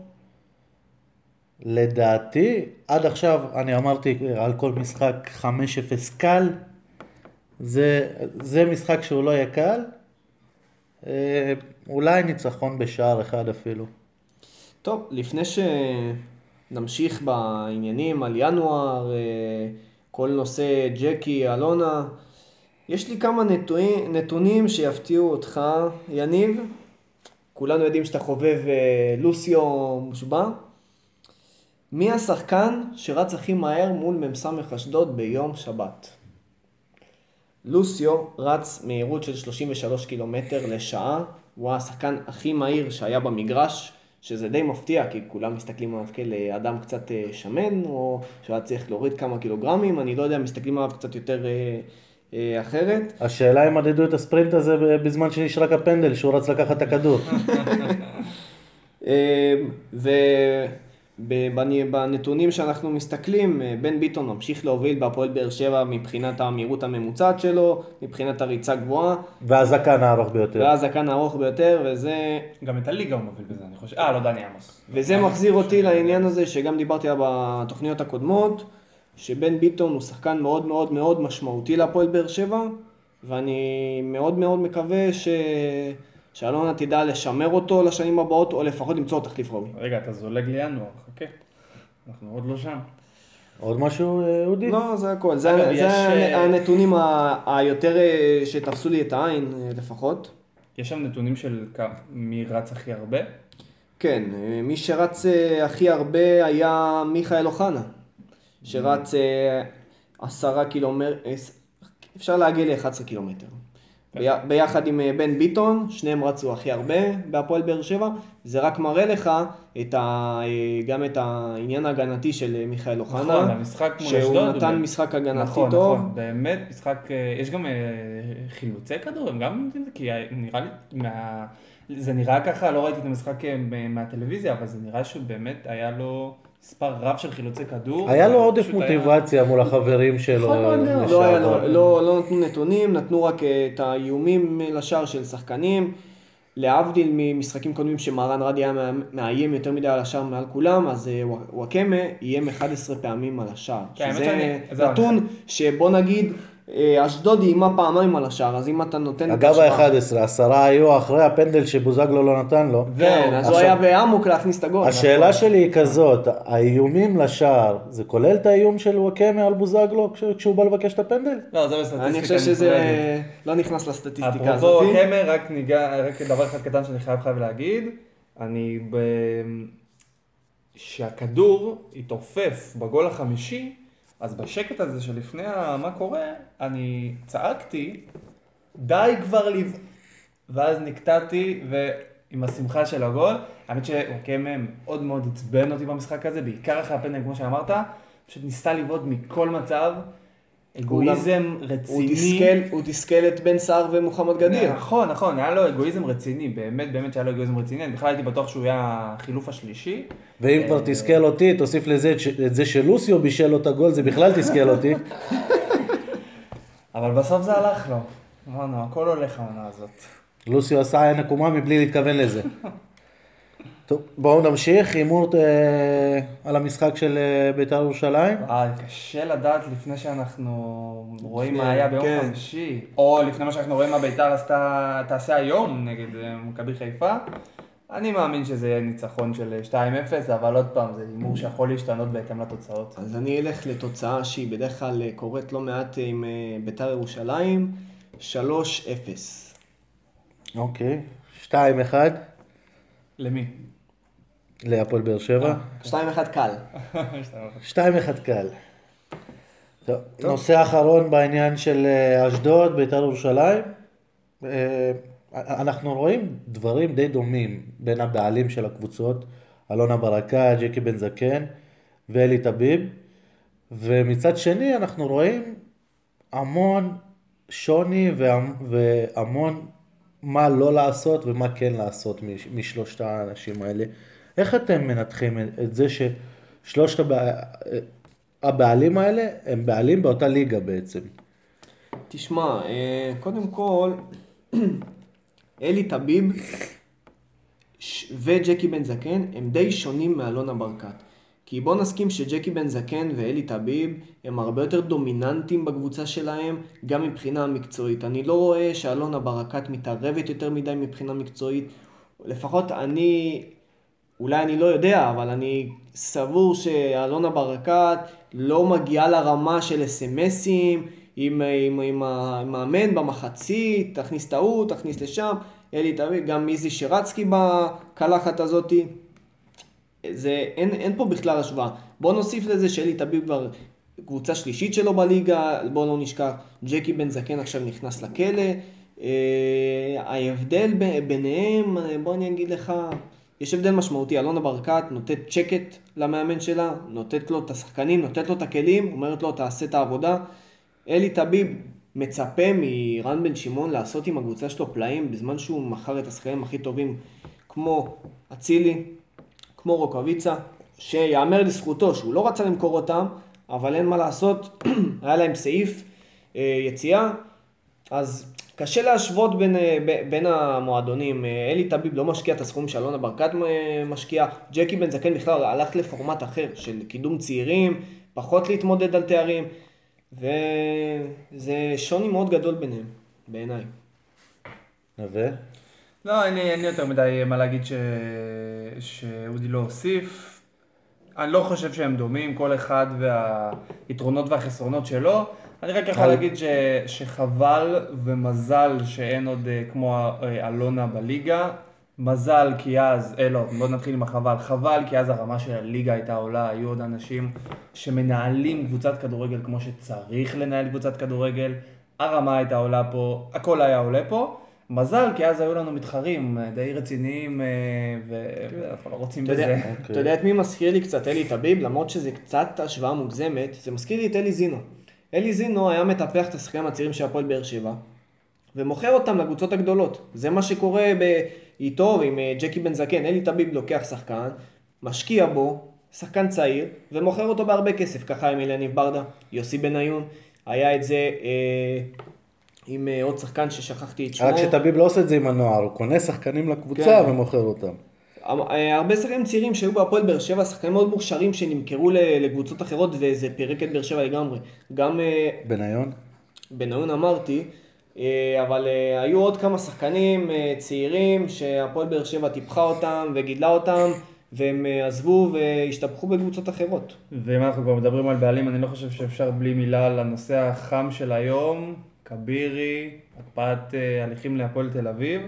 לדעתי, עד עכשיו אני אמרתי על כל משחק 5-0 קל, זה משחק שהוא לא יהיה קל, אולי ניצחון בשער אחד אפילו. טוב, לפני שנמשיך בעניינים על ינואר, כל נושא ג'קי, אלונה, יש לי כמה נתונים שיפתיעו אותך, יניב. כולנו יודעים שאתה חובב לוסיו מושבע. מי השחקן שרץ הכי מהר מול ממסמך אשדוד ביום שבת? לוסיו רץ מהירות של 33 קילומטר לשעה, הוא השחקן הכי מהיר שהיה במגרש, שזה די מפתיע, כי כולם מסתכלים עליו כאדם קצת שמן, או שהיה צריך להוריד כמה קילוגרמים, אני לא יודע, מסתכלים עליו קצת יותר אחרת. השאלה אם מדדו את הספרינט הזה בזמן שנשרק הפנדל, שהוא רץ לקחת את הכדור. בנתונים שאנחנו מסתכלים, בן ביטון ממשיך להוביל בהפועל באר שבע מבחינת המהירות הממוצעת שלו, מבחינת הריצה גבוהה. והזקן הארוך ביותר. והזקן הארוך ביותר, וזה... גם את הליגה הוא מוביל בזה, אני חושב. לא דני עמוס. וזה מחזיר אותי לעניין הזה שגם דיברתי עליו בתוכניות הקודמות, שבן ביטון הוא שחקן מאוד מאוד מאוד משמעותי להפועל באר שבע, ואני מאוד מאוד מקווה שאלונה תדע לשמר אותו לשנים הבאות, או לפחות למצוא תחליף ראוי. רגע, אתה זולג לינואר, חכה. אנחנו עוד לא שם. עוד משהו, אודי? לא, זה הכל. זה הנתונים היותר שתפסו לי את העין, לפחות. יש שם נתונים של מי רץ הכי הרבה? כן, מי שרץ הכי הרבה היה מיכאל אוחנה, שרץ 10 קילומטר, אפשר להגיע ל-11 קילומטר. ביחד עם בן ביטון, שניהם רצו הכי הרבה בהפועל באר שבע, זה רק מראה לך גם את העניין ההגנתי של מיכאל אוחנה. נכון, המשחק מול אשדוד. שהוא נתן משחק הגנתי נכון, טוב. נכון, באמת משחק, יש גם חילוצי כדור, הם גם נותנים את זה, כי נראה לי, זה נראה ככה, לא ראיתי את המשחק מהטלוויזיה, אבל זה נראה שבאמת היה לו מספר רב של חילוצי כדור. היה לו עודף מוטיבציה מול החברים שלו. לא נתנו נתונים, נתנו רק את האיומים לשער של שחקנים. להבדיל ממשחקים קודמים שמהרן רדי היה מאיים יותר מדי על השער מעל כולם, אז וואקמה איים 11 פעמים על השער. שזה נתון שבוא נגיד, אשדוד איימה פעמיים על השער, אז אם אתה נותן... אגב ה-11, 10 היו אחרי הפנדל שבוזגלו לא נתן לו. כן, אז הוא היה בעמוק להכניס את הגול. השאלה שלי היא כזאת, האיומים לשער, זה כולל את האיום של וואקמה על בוזגלו כשהוא בא לבקש את הפנדל? לא, זה בסטטיסטיקה. אני חושב שזה לא נכנס לסטטיסטיקה הזאת. אפרופו וואקמה, רק דבר אחד קטן שאני חייב להגיד, שהכדור התעופף בגול החמישי, אז בשקט הזה שלפני מה קורה, אני צעקתי, די כבר ואז נקטעתי, ועם השמחה של הגול, האמת שוואקמה מאוד מאוד עצבן אותי במשחק הזה, בעיקר אחרי הפנדל, כמו שאמרת, פשוט ניסה לבעוט מכל מצב, אגואיזם רציני. הוא תסכל את בן סער ומוחמד גדיר. נכון, היה לו אגואיזם רציני, באמת שהיה לו אגואיזם רציני, אני בכלל הייתי בטוח שהוא היה החילוף השלישי. ואם כבר תסכל אותי, תוסיף לזה את זה שלוסיו בישל לו את הגול, זה בכלל תסכל אותי. אבל בסוף זה הלך לו. אמרנו, הכל הולך העונה הזאת. לוסיו עשה עין עקומה מבלי להתכוון לזה. טוב, בואו נמשיך, הימור על המשחק של בית"ר ירושלים. קשה לדעת לפני שאנחנו רואים מה היה ביום חמישי, או לפני מה שאנחנו רואים מה בית"ר תעשה היום נגד מכבי חיפה. אני מאמין שזה יהיה ניצחון של 2-0, אבל עוד פעם, זה הימור שיכול להשתנות בהתאם לתוצאות. אז אני אלך לתוצאה שהיא בדרך כלל קורית לא מעט עם בית"ר ירושלים, 3-0. אוקיי, 2-1. למי? להפועל באר שבע. 2-1 קל. 2-1 קל. טוב. נושא אחרון בעניין של אשדוד, בית"ר ירושלים. אנחנו רואים דברים די דומים בין הבעלים של הקבוצות, אלונה ברקת, ג'קי בן זקן ואלי טביב. ומצד שני אנחנו רואים המון שוני והמון מה לא לעשות ומה כן לעשות משלושת האנשים האלה. איך אתם מנתחים את זה ששלושת הבעלים האלה הם בעלים באותה ליגה בעצם? תשמע, קודם כל, אלי טביב וג'קי בן זקן הם די שונים מאלונה ברקת. כי בוא נסכים שג'קי בן זקן ואלי טביב הם הרבה יותר דומיננטים בקבוצה שלהם, גם מבחינה מקצועית. אני לא רואה שאלונה ברקת מתערבת יותר מדי מבחינה מקצועית. לפחות אולי אני לא יודע, אבל אני סבור שאלונה ברקת לא מגיעה לרמה של אס-אמסים, עם המאמן במחצית, תכניס טעות, תכניס לשם, אלי טביב, גם מיזי שרצקי בקלחת הזאת. אין פה בכלל השוואה. בוא נוסיף לזה שאלי טביב כבר קבוצה שלישית שלו בליגה, בוא לא נשכח, ג'קי בן זקן עכשיו נכנס לכלא. ההבדל ביניהם, בוא אני אגיד לך, יש הבדל משמעותי. אלונה ברקת נותנת צ'קט למאמן שלה, נותנת לו את השחקנים, נותנת לו את הכלים, אומרת לו תעשה את העבודה. אלי טביב מצפה מרן בן שמעון לעשות עם הקבוצה שלו פלאים, בזמן שהוא מכר את השחקנים הכי טובים, כמו אצילי, כמו רוקאביצה, שיאמר לזכותו שהוא לא רצה למכור אותם, אבל אין מה לעשות, היה להם סעיף יציאה, אז קשה להשוות בין המועדונים. אלי טביב לא משקיע את הסכום שאלונה ברקת משקיע, ג'קי בן זקן בכלל הלך לפורמט אחר של קידום צעירים, פחות להתמודד על תארים, וזה שוני מאוד גדול ביניהם, בעיניי. נווה? לא, אין לי יותר מדי מה להגיד שאודי לא הוסיף. אני לא חושב שהם דומים, כל אחד והיתרונות והחסרונות שלו. אני רק יכול להגיד שחבל ומזל שאין עוד כמו אלונה בליגה. מזל כי אז, בוא נתחיל עם החבל. חבל כי אז הרמה של הליגה הייתה עולה, היו עוד אנשים שמנהלים קבוצת כדורגל כמו שצריך לנהל קבוצת כדורגל. הרמה הייתה עולה פה, הכל היה עולה פה. מזל, כי אז היו לנו מתחרים די רציניים ואנחנו לא רוצים בזה. אתה יודע את מי מזכיר לי קצת? אלי טביב, למרות שזה קצת השוואה מוגזמת, זה מזכיר לי את אלי זינו. אלי זינו היה מטפח את השחקנים הצעירים של הפועל באר שבע, ומוכר אותם לקבוצות הגדולות. זה מה שקורה איתו ועם ג'קי בן זקן. אלי טביב לוקח שחקן, משקיע בו, שחקן צעיר, ומוכר אותו בהרבה כסף. ככה עם אליניב ברדה, יוסי בניון, היה את זה עם עוד שחקן ששכחתי את שמו. רק שטביב לא עושה את זה עם הנוער, הוא קונה שחקנים לקבוצה ומוכר אותם. הרבה שחקנים צעירים שהיו בהפועל באר שבע, שחקנים מאוד מוכשרים שנמכרו לקבוצות אחרות, וזה פירק את באר שבע לגמרי. גם בניון אמרתי, אבל היו עוד כמה שחקנים צעירים שהפועל באר שבע טיפחה אותם וגידלה אותם, והם עזבו והשתפכו בקבוצות אחרות. ואם אנחנו כבר מדברים על בעלים, אני לא חושב שאפשר בלי מילה על הנושא החם של היום, קבירי, הקפאת הליכים להפועל תל אביב.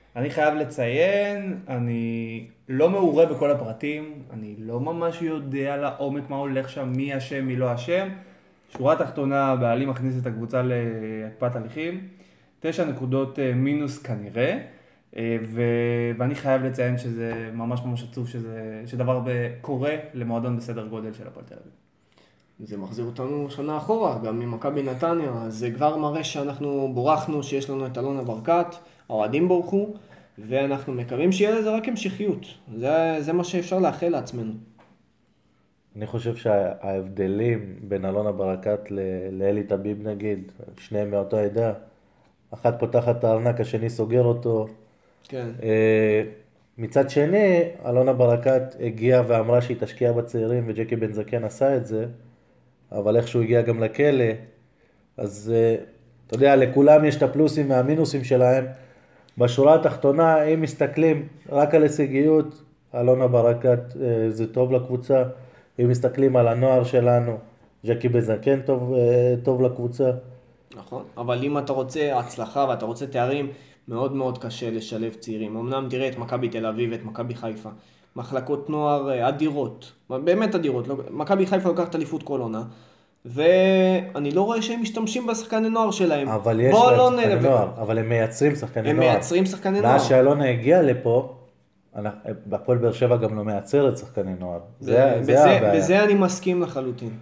אני חייב לציין, אני לא מעורה בכל הפרטים, אני לא ממש יודע לעומק מה הולך שם, מי אשם, מי לא אשם. שורה תחתונה, בעלים מכניס את הקבוצה להקפאת הליכים, 9 נקודות מינוס כנראה, ואני חייב לציין שזה ממש ממש עצוב שדבר קורה למועדון בסדר גודל של הפועל תל אביב. זה מחזיר אותנו שנה אחורה, גם ממכבי נתניה, זה כבר מראה שאנחנו בורחנו, שיש לנו את אלונה ברקת, האוהדים בורחו, ואנחנו מקווים שיהיה לזה רק המשכיות. זה מה שאפשר לאחל לעצמנו. אני חושב שההבדלים בין אלונה ברקת לאלי טביב נגיד, שניהם מאותו עדה, אחת פותחת את הארנק, השני סוגר אותו. כן. מצד שני, אלונה ברקת הגיעה ואמרה שהיא תשקיע בצעירים, וג'קי בן זקן עשה את זה, אבל איכשהו הגיע גם לכלא, אז אתה יודע, לכולם יש את הפלוסים והמינוסים שלהם. בשורה התחתונה, אם מסתכלים רק על הישגיות, אלונה ברקת זה טוב לקבוצה. אם מסתכלים על הנוער שלנו, ג'קי בן זקן טוב לקבוצה. נכון, אבל אם אתה רוצה הצלחה ואתה רוצה תארים, מאוד מאוד קשה לשלב צעירים. אמנם תראה את מכבי תל אביב ואת מכבי חיפה. מחלקות נוער אדירות, באמת אדירות. מכבי חיפה לוקחת אליפות כל עונה, ואני לא רואה שהם משתמשים בשחקני נוער שלהם. אבל יש להם שחקני נוער, אבל הם מייצרים שחקני נוער. הם מייצרים שחקני נוער. מאז שאלונה הגיעה לפה, בהפועל באר שבע גם לא מייצרת שחקני נוער. זה הבעיה. בזה אני מסכים לחלוטין.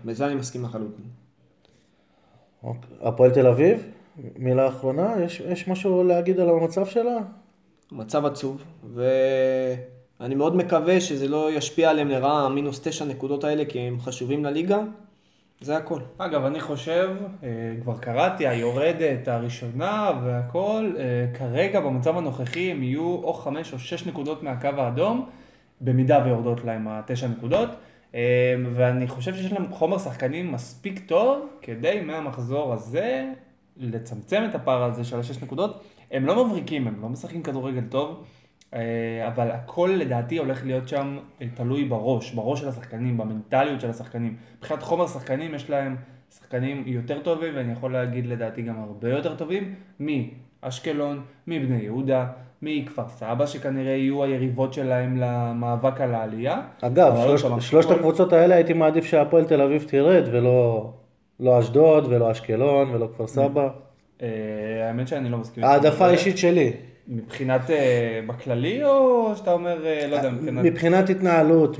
הפועל תל אביב, מילה אחרונה, יש משהו להגיד על המצב שלה? מצב עצוב, ואני מאוד מקווה שזה לא ישפיע עליהם לרעה, מינוס 9 נקודות האלה, כי הם חשובים לליגה. זה הכל. אגב, אני חושב, כבר קראתי, היורדת הראשונה והכל, כרגע במצב הנוכחי הם יהיו או 5 או 6 נקודות מהקו האדום, במידה ויורדות להם ה9 נקודות, ואני חושב שיש להם חומר שחקנים מספיק טוב, כדי מהמחזור הזה לצמצם את הפער הזה של ה6 נקודות. הם לא מבריקים, הם לא משחקים כדורגל טוב, אבל הכל לדעתי הולך להיות שם תלוי בראש של השחקנים, במנטליות של השחקנים. מבחינת חומר שחקנים יש להם שחקנים יותר טובים, ואני יכול להגיד לדעתי גם הרבה יותר טובים, מאשקלון, מבני יהודה, מכפר סבא, שכנראה יהיו היריבות שלהם למאבק על העלייה. אגב, שלושת הקבוצות האלה הייתי מעדיף שהפועל תל אביב תירד, ולא אשדוד, ולא אשקלון, ולא כפר סבא. האמת שאני לא מסכים. העדפה האישית שלי. מבחינת בכללי, או שאתה אומר, לא יודע, מבחינת התנהלות,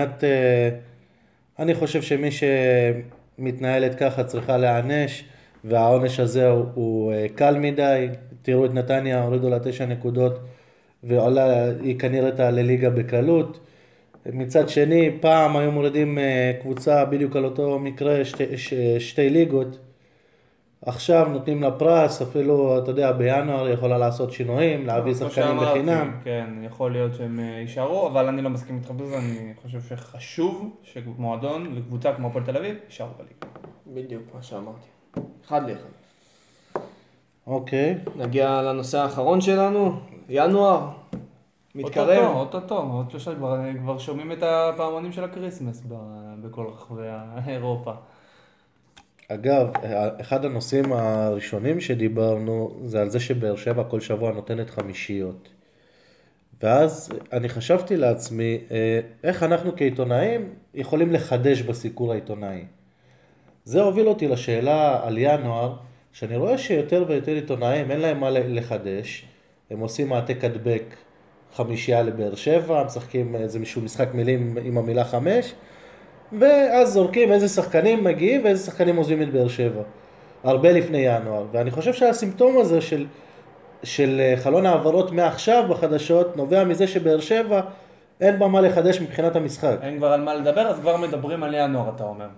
אני חושב שמי שמתנהלת ככה צריכה להענש, והעונש הזה הוא קל מדי. תראו את נתניה, הורידו לה 9 נקודות, והיא כנראה תעלה ליגה בקלות. מצד שני, פעם היו מורידים קבוצה בדיוק על אותו מקרה, שתי ליגות. עכשיו נותנים לה פרס, אפילו, אתה יודע, בינואר היא יכולה לעשות שינויים, להביא שחקנים בחינם. כן, יכול להיות שהם יישארו, אבל אני לא מסכים איתך בזה, אני חושב שחשוב שמועדון וקבוצה כמו הפועל תל אביב יישארו בליגה. בדיוק מה שאמרתי. 1-1. אוקיי. נגיע לנושא האחרון שלנו, ינואר. מתקרב. אוטוטו, כבר שומעים את הפעמונים של הקריסמס בכל רחבי אירופה. אגב, אחד הנושאים הראשונים שדיברנו זה על זה שבאר שבע כל שבוע נותנת חמישיות. ואז אני חשבתי לעצמי, איך אנחנו כעיתונאים יכולים לחדש בסיקור העיתונאי. זה הוביל אותי לשאלה על ינואר, שאני רואה שיותר ויותר עיתונאים אין להם מה לחדש. הם עושים מעתק הדבק חמישייה לבאר שבע, משחקים איזשהו משחק מילים עם המילה 5, ואז זורקים איזה שחקנים מגיעים ואיזה שחקנים עוזבים את באר שבע. הרבה לפני ינואר. ואני חושב שהסימפטום הזה של חלון העברות מעכשיו בחדשות נובע מזה שבאר שבע אין בה מה לחדש מבחינת המשחק. אין כבר על מה לדבר, אז כבר מדברים על ינואר, אתה אומר.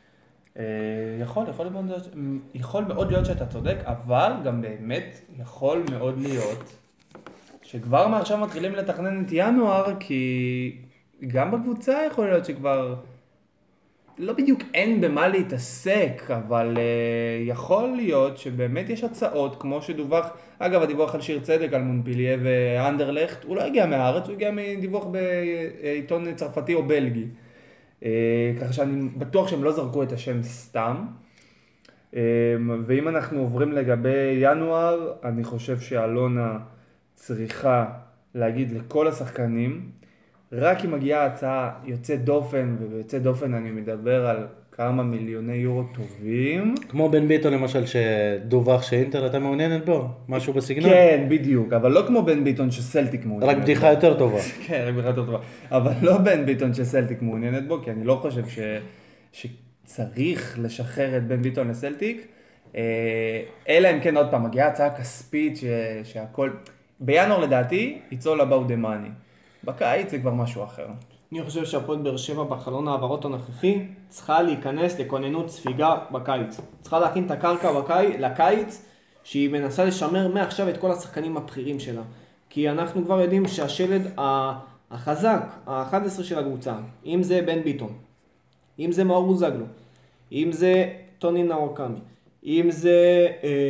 יכול מאוד להיות שאתה צודק, אבל גם באמת יכול מאוד להיות שכבר מעכשיו מתחילים לתכנן את ינואר, כי גם בקבוצה יכול להיות שכבר לא בדיוק אין במה להתעסק, אבל יכול להיות שבאמת יש הצעות, כמו שדווח, אגב הדיווח על שיר צדק, על מונפיליה ואנדרלכט, הוא לא הגיע מהארץ, הוא הגיע מדיווח בעיתון צרפתי או בלגי. ככה שאני בטוח שהם לא זרקו את השם סתם. ואם אנחנו עוברים לגבי ינואר, אני חושב שאלונה צריכה להגיד לכל השחקנים, רק אם מגיעה הצעה יוצאת דופן, וביוצאת דופן אני מדבר על כמה מיליוני יורו טובים. כמו בן ביטון למשל שדווח שאינטר הייתה מעוניינת בו, משהו בסגנון. כן, בדיוק, אבל לא כמו בן ביטון שסלטיק מעוניינת. רק בדיחה יותר טובה. כן, רק בדיחה יותר טובה. אבל לא בן ביטון שסלטיק מעוניינת בו, כי אני לא חושב שצריך לשחרר את בן ביטון לסלטיק. אלא אם כן עוד פעם, מגיעה הצעה כספית שהכל... בינואר לדעתי, it's all about the money. בקיץ זה כבר משהו אחר. אני חושב שהפועל באר שבע בחלון העברות הנוכחי צריכה להיכנס לכוננות ספיגה בקיץ. צריכה להכין את הקרקע לקיץ, שהיא מנסה לשמר מעכשיו את כל השחקנים הבכירים שלה. כי אנחנו כבר יודעים שהשלד החזק, ה-11 של הקבוצה, אם זה בן ביטון, אם זה מאור בוזגלו, אם זה טוני נאורקמי, אם זה...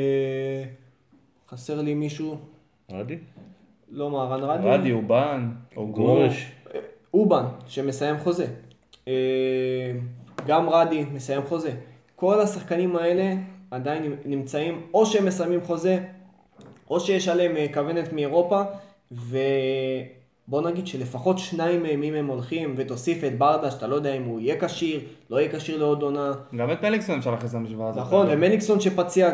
חסר לי מישהו... רדי? לא מהרן רדי. רדי, אובן, או גורש. אובן, שמסיים חוזה. גם רדי מסיים חוזה. כל השחקנים האלה עדיין נמצאים, או שהם מסיימים חוזה, או שיש עליהם כוונת מאירופה, ובוא נגיד שלפחות שניים מהם הם הולכים, ותוסיף את ברדה, שאתה לא יודע אם הוא יהיה קשיר, לא יהיה קשיר לעוד עונה. גם את מליקסון אפשר להכניס למשוואה הזאת. נכון, ומליקסון שפציע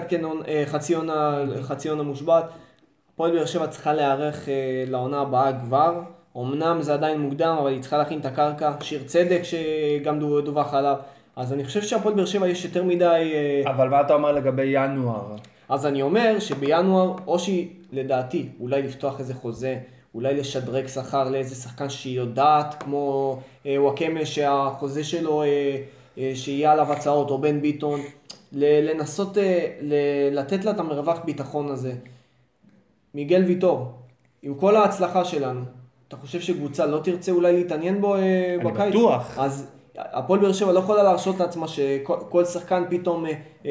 חצי עונה מושבת. הפועל באר שבע צריכה להיערך לעונה הבאה כבר. אמנם זה עדיין מוקדם, אבל היא צריכה להכין את הקרקע. שיר צדק שגם דווח עליו. אז אני חושב שהפועל באר שבע יש יותר מדי... אבל מה אתה אומר לגבי ינואר? אז אני אומר שבינואר, או שהיא לדעתי, אולי לפתוח איזה חוזה, אולי לשדרג שכר לאיזה שחקן שהיא יודעת, כמו וואקמה שהחוזה שלו שיהיה עליו הצעות, או בן ביטון, לנסות לתת לה את המרווח ביטחון הזה. מיגל ויטור, עם כל ההצלחה שלנו, אתה חושב שקבוצה לא תרצה אולי להתעניין בו בקיץ? אני בטוח. אז הפועל באר שבע לא יכולה להרשות לעצמה שכל שחקן פתאום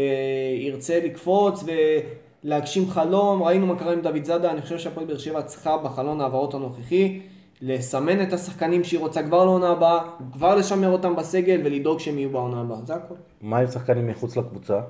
ירצה לקפוץ ולהגשים חלום. ראינו מה קרה עם דוד זאדה. אני חושב שהפועל באר שבע צריכה בחלון העברות הנוכחי לסמן את השחקנים שהיא רוצה כבר לעונה הבאה, כבר לשמר אותם בסגל ולדאוג שהם יהיו בעונה הבאה. זה הכל. מה עם שחקנים מחוץ לקבוצה?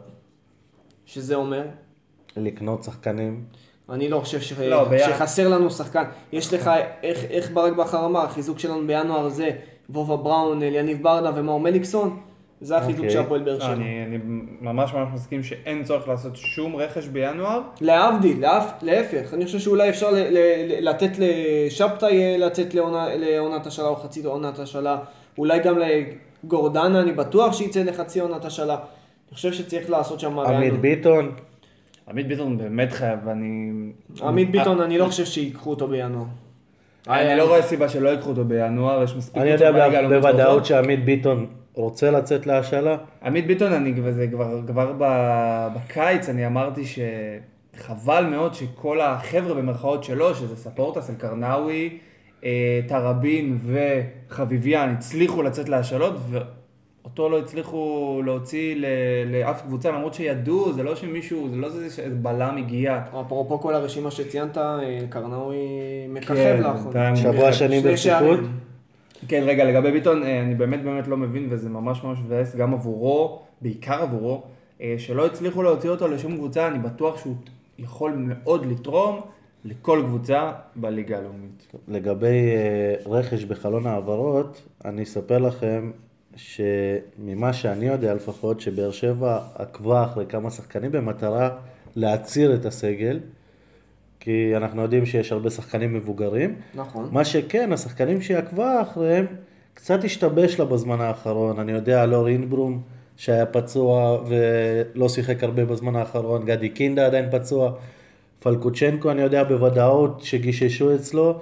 שזה אומר? לקנות שחקנים? אני לא חושב שחסר לנו שחקן. יש לך, איך ברק בכר אמר, החיזוק שלנו בינואר זה וובה בראון, יניב ברדה ומאור מליקסון. זה החיזוק של הפועל באר שבע. אני ממש מסכים שאין צורך לעשות שום רכש בינואר. להבדיל, להפך. אני חושב שאולי אפשר לתת לשבתאי לצאת לעונת השאלה או חצי לעונת השאלה. אולי גם לגורדנה, אני בטוח שיצא לחצי עונת השאלה. אני חושב שצריך לעשות שם... עמית ביטון. עמית ביטון באמת חייב, עמית ביטון, אני לא חושב שיקחו אותו בינואר. אני לא רואה סיבה שלא ייקחו אותו בינואר, יש מספיק... אני יודע בוודאות שעמית ביטון רוצה לצאת להשאלה. עמית ביטון, וזה כבר בקיץ, אני אמרתי שחבל מאוד שכל החבר'ה במרכאות שלו, שזה ספורטס, אלקרנאווי, טרבין וחביביאן, הצליחו לצאת להשאלות, אותו לא הצליחו להוציא לאף קבוצה, למרות שידעו, זה לא שמישהו, זה לא זה שבלם הגיע. אפרופו כל הרשימה שציינת, קרנאוי מככב לאחרונה. שבוע שנים ברציפות. כן, רגע, לגבי ביטון, אני באמת לא מבין, וזה ממש מבאס גם עבורו, בעיקר עבורו, שלא הצליחו להוציא אותו לשום קבוצה. אני בטוח שהוא יכול מאוד לתרום לכל קבוצה בליגה הלאומית. לגבי רכש בחלון העברות, אני אספר לכם שממה שאני יודע לפחות, שבאר שבע עקבה אחרי כמה שחקנים במטרה להציר את הסגל, כי אנחנו יודעים שיש הרבה שחקנים מבוגרים. נכון. מה שכן, השחקנים שעקבה אחריהם קצת השתבש לה בזמן האחרון. אני יודע, לור אינברום שהיה פצוע ולא שיחק הרבה בזמן האחרון, גדי קינדה עדיין פצוע, פלקוצ'נקו אני יודע בוודאות שגיששו אצלו,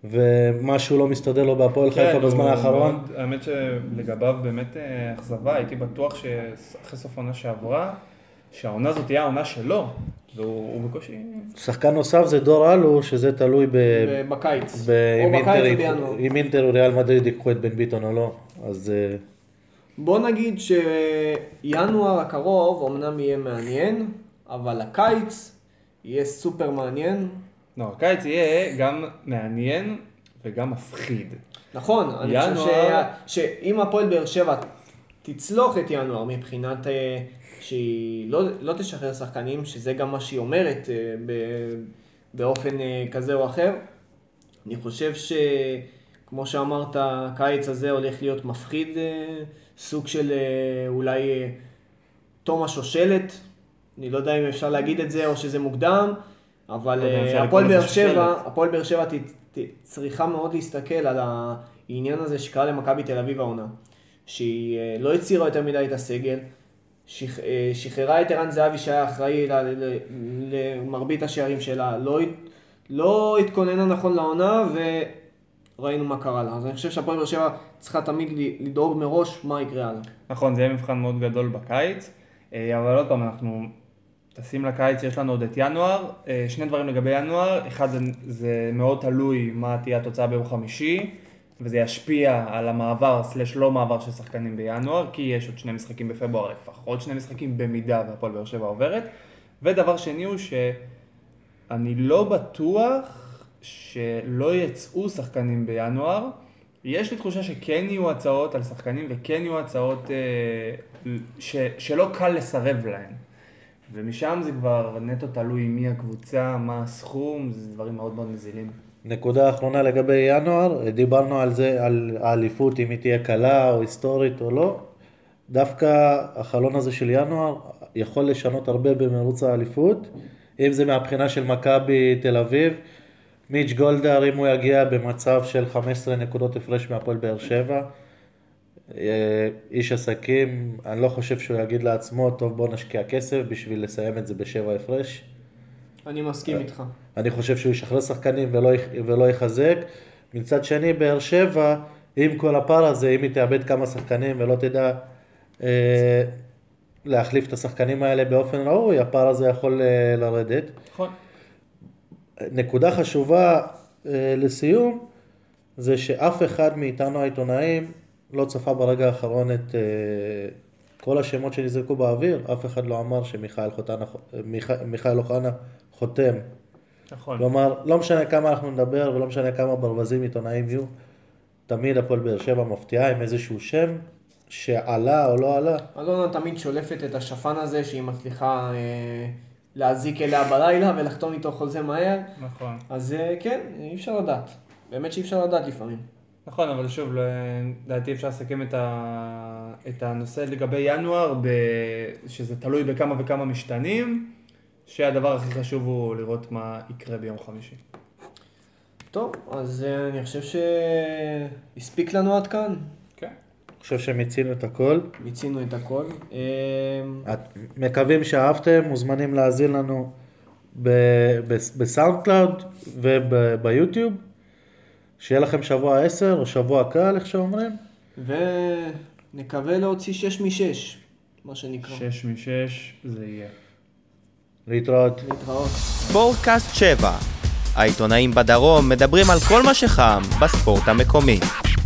ומשהו לא מסתדר לו בהפועל חיפה בזמן האחרון. האמת שלגביו באמת אכזבה, הייתי בטוח שאחרי סוף העונה שעברה, שהעונה הזאת תהיה העונה שלו, והוא בקושי... שחקן נוסף זה דור אלו, שזה תלוי בקיץ, או בקיץ או בינואר. אם אינטר או ריאל מדריד ייקחו את בן ביטון או לא, אז... בוא נגיד שינואר הקרוב אמנם יהיה מעניין, אבל הקיץ יהיה סופר מעניין. לא, הקיץ יהיה גם מעניין וגם מפחיד. נכון, אני חושב שאם הפועל באר שבע תצלוח את ינואר מבחינת שהיא לא תשחרר שחקנים, שזה גם מה שהיא אומרת באופן כזה או אחר. אני חושב שכמו שאמרת, הקיץ הזה הולך להיות מפחיד, סוג של אולי תום השושלת, אני לא יודע אם אפשר להגיד את זה או שזה מוקדם, אבל הפועל באר שבע צריכה מאוד להסתכל על העניין הזה שקרה למכבי תל אביב העונה, שהיא לא הצירה יותר מדי את הסגל, שחררה את ערן זהבי שהיה אחראי למרבית השערים שלה, לא התכוננה נכון לעונה וראינו מה קרה לה. אז אני חושב שהפועל באר שבע צריכה תמיד לדאוג מראש מה יקרה הלאה. נכון, זה יהיה מבחן מאוד גדול בקיץ, אבל עוד פעם אנחנו טסים לקיץ, יש לנו עוד את ינואר. שני דברים לגבי ינואר, אחד זה מאוד תלוי מה תהיה התוצאה ביום חמישי, וזה ישפיע על המעבר לא מעבר של שחקנים בינואר, כי יש עוד 2 משחקים בפברואר לפחות, 2 משחקים במידה והפועל באר שבע עוברת. ודבר שני הוא שאני לא בטוח שלא יצאו שחקנים בינואר. יש לי תחושה שכן יהיו הצעות על שחקנים וכן יהיו הצעות שלא קל לסרב להן. ומשם זה כבר נטו תלוי מי הקבוצה, מה הסכום, זה דברים מאוד מאוד נזילים. נקודה אחרונה לגבי ינואר, דיברנו על זה, על האליפות, אם היא תהיה קלה או היסטורית או לא. דווקא החלון הזה של ינואר יכול לשנות הרבה במרוץ האליפות, אם זה מהבחינה של מכבי תל אביב, מיץ' גולדהר, אם הוא יגיע במצב של 15 נקודות הפרש מהפועל באר שבע, איש עסקים, אני לא חושב שהוא יגיד לעצמו, טוב בוא נשקיע כסף בשביל לסיים את זה ב7 הפרש. אני מסכים איתך. אני חושב שהוא ישחרר שחקנים ולא יחזק. מצד שני, באר שבע, עם כל הפער הזה, אם היא תאבד כמה שחקנים ולא תדע להחליף את השחקנים האלה באופן ראוי, הפער הזה יכול לרדת. נכון. נקודה חשובה לסיום, זה שאף אחד מאיתנו העיתונאים לא צפה ברגע האחרון את כל השמות שנזרקו באוויר, אף אחד לא אמר שמיכאל אוחנה חותם. נכון. כלומר, לא משנה כמה אנחנו נדבר ולא משנה כמה ברווזים עיתונאים יהיו, תמיד הפועל באר שבע מפתיעה עם איזשהו שם שעלה או לא עלה. אלונה תמיד שולפת את השפן הזה שהיא מצליחה להזיק אליה בלילה ולחתום איתו חוזה מהר. נכון. אז כן, אי אפשר לדעת. באמת שאי אפשר לדעת לפעמים. נכון, אבל שוב, לדעתי אפשר לסכם את הנושא לגבי ינואר, שזה תלוי בכמה וכמה משתנים, שהדבר הכי חשוב הוא לראות מה יקרה ביום חמישי. טוב, אז אני חושב שהספיק לנו עד כאן. כן. אני חושב שמיצינו את הכל. מיצינו את הכל. מקווים שאהבתם, מוזמנים להאזין לנו בסאונד קלאוד וביוטיוב. שיהיה לכם שבוע 10 או שבוע קל, איך שאומרים. ונקווה להוציא 6 מ-6, מה שנקרא. 6 מ-6 זה יהיה. להתראות. ספורטקאסט 7, העיתונאים בדרום מדברים על כל מה שחם בספורט המקומי.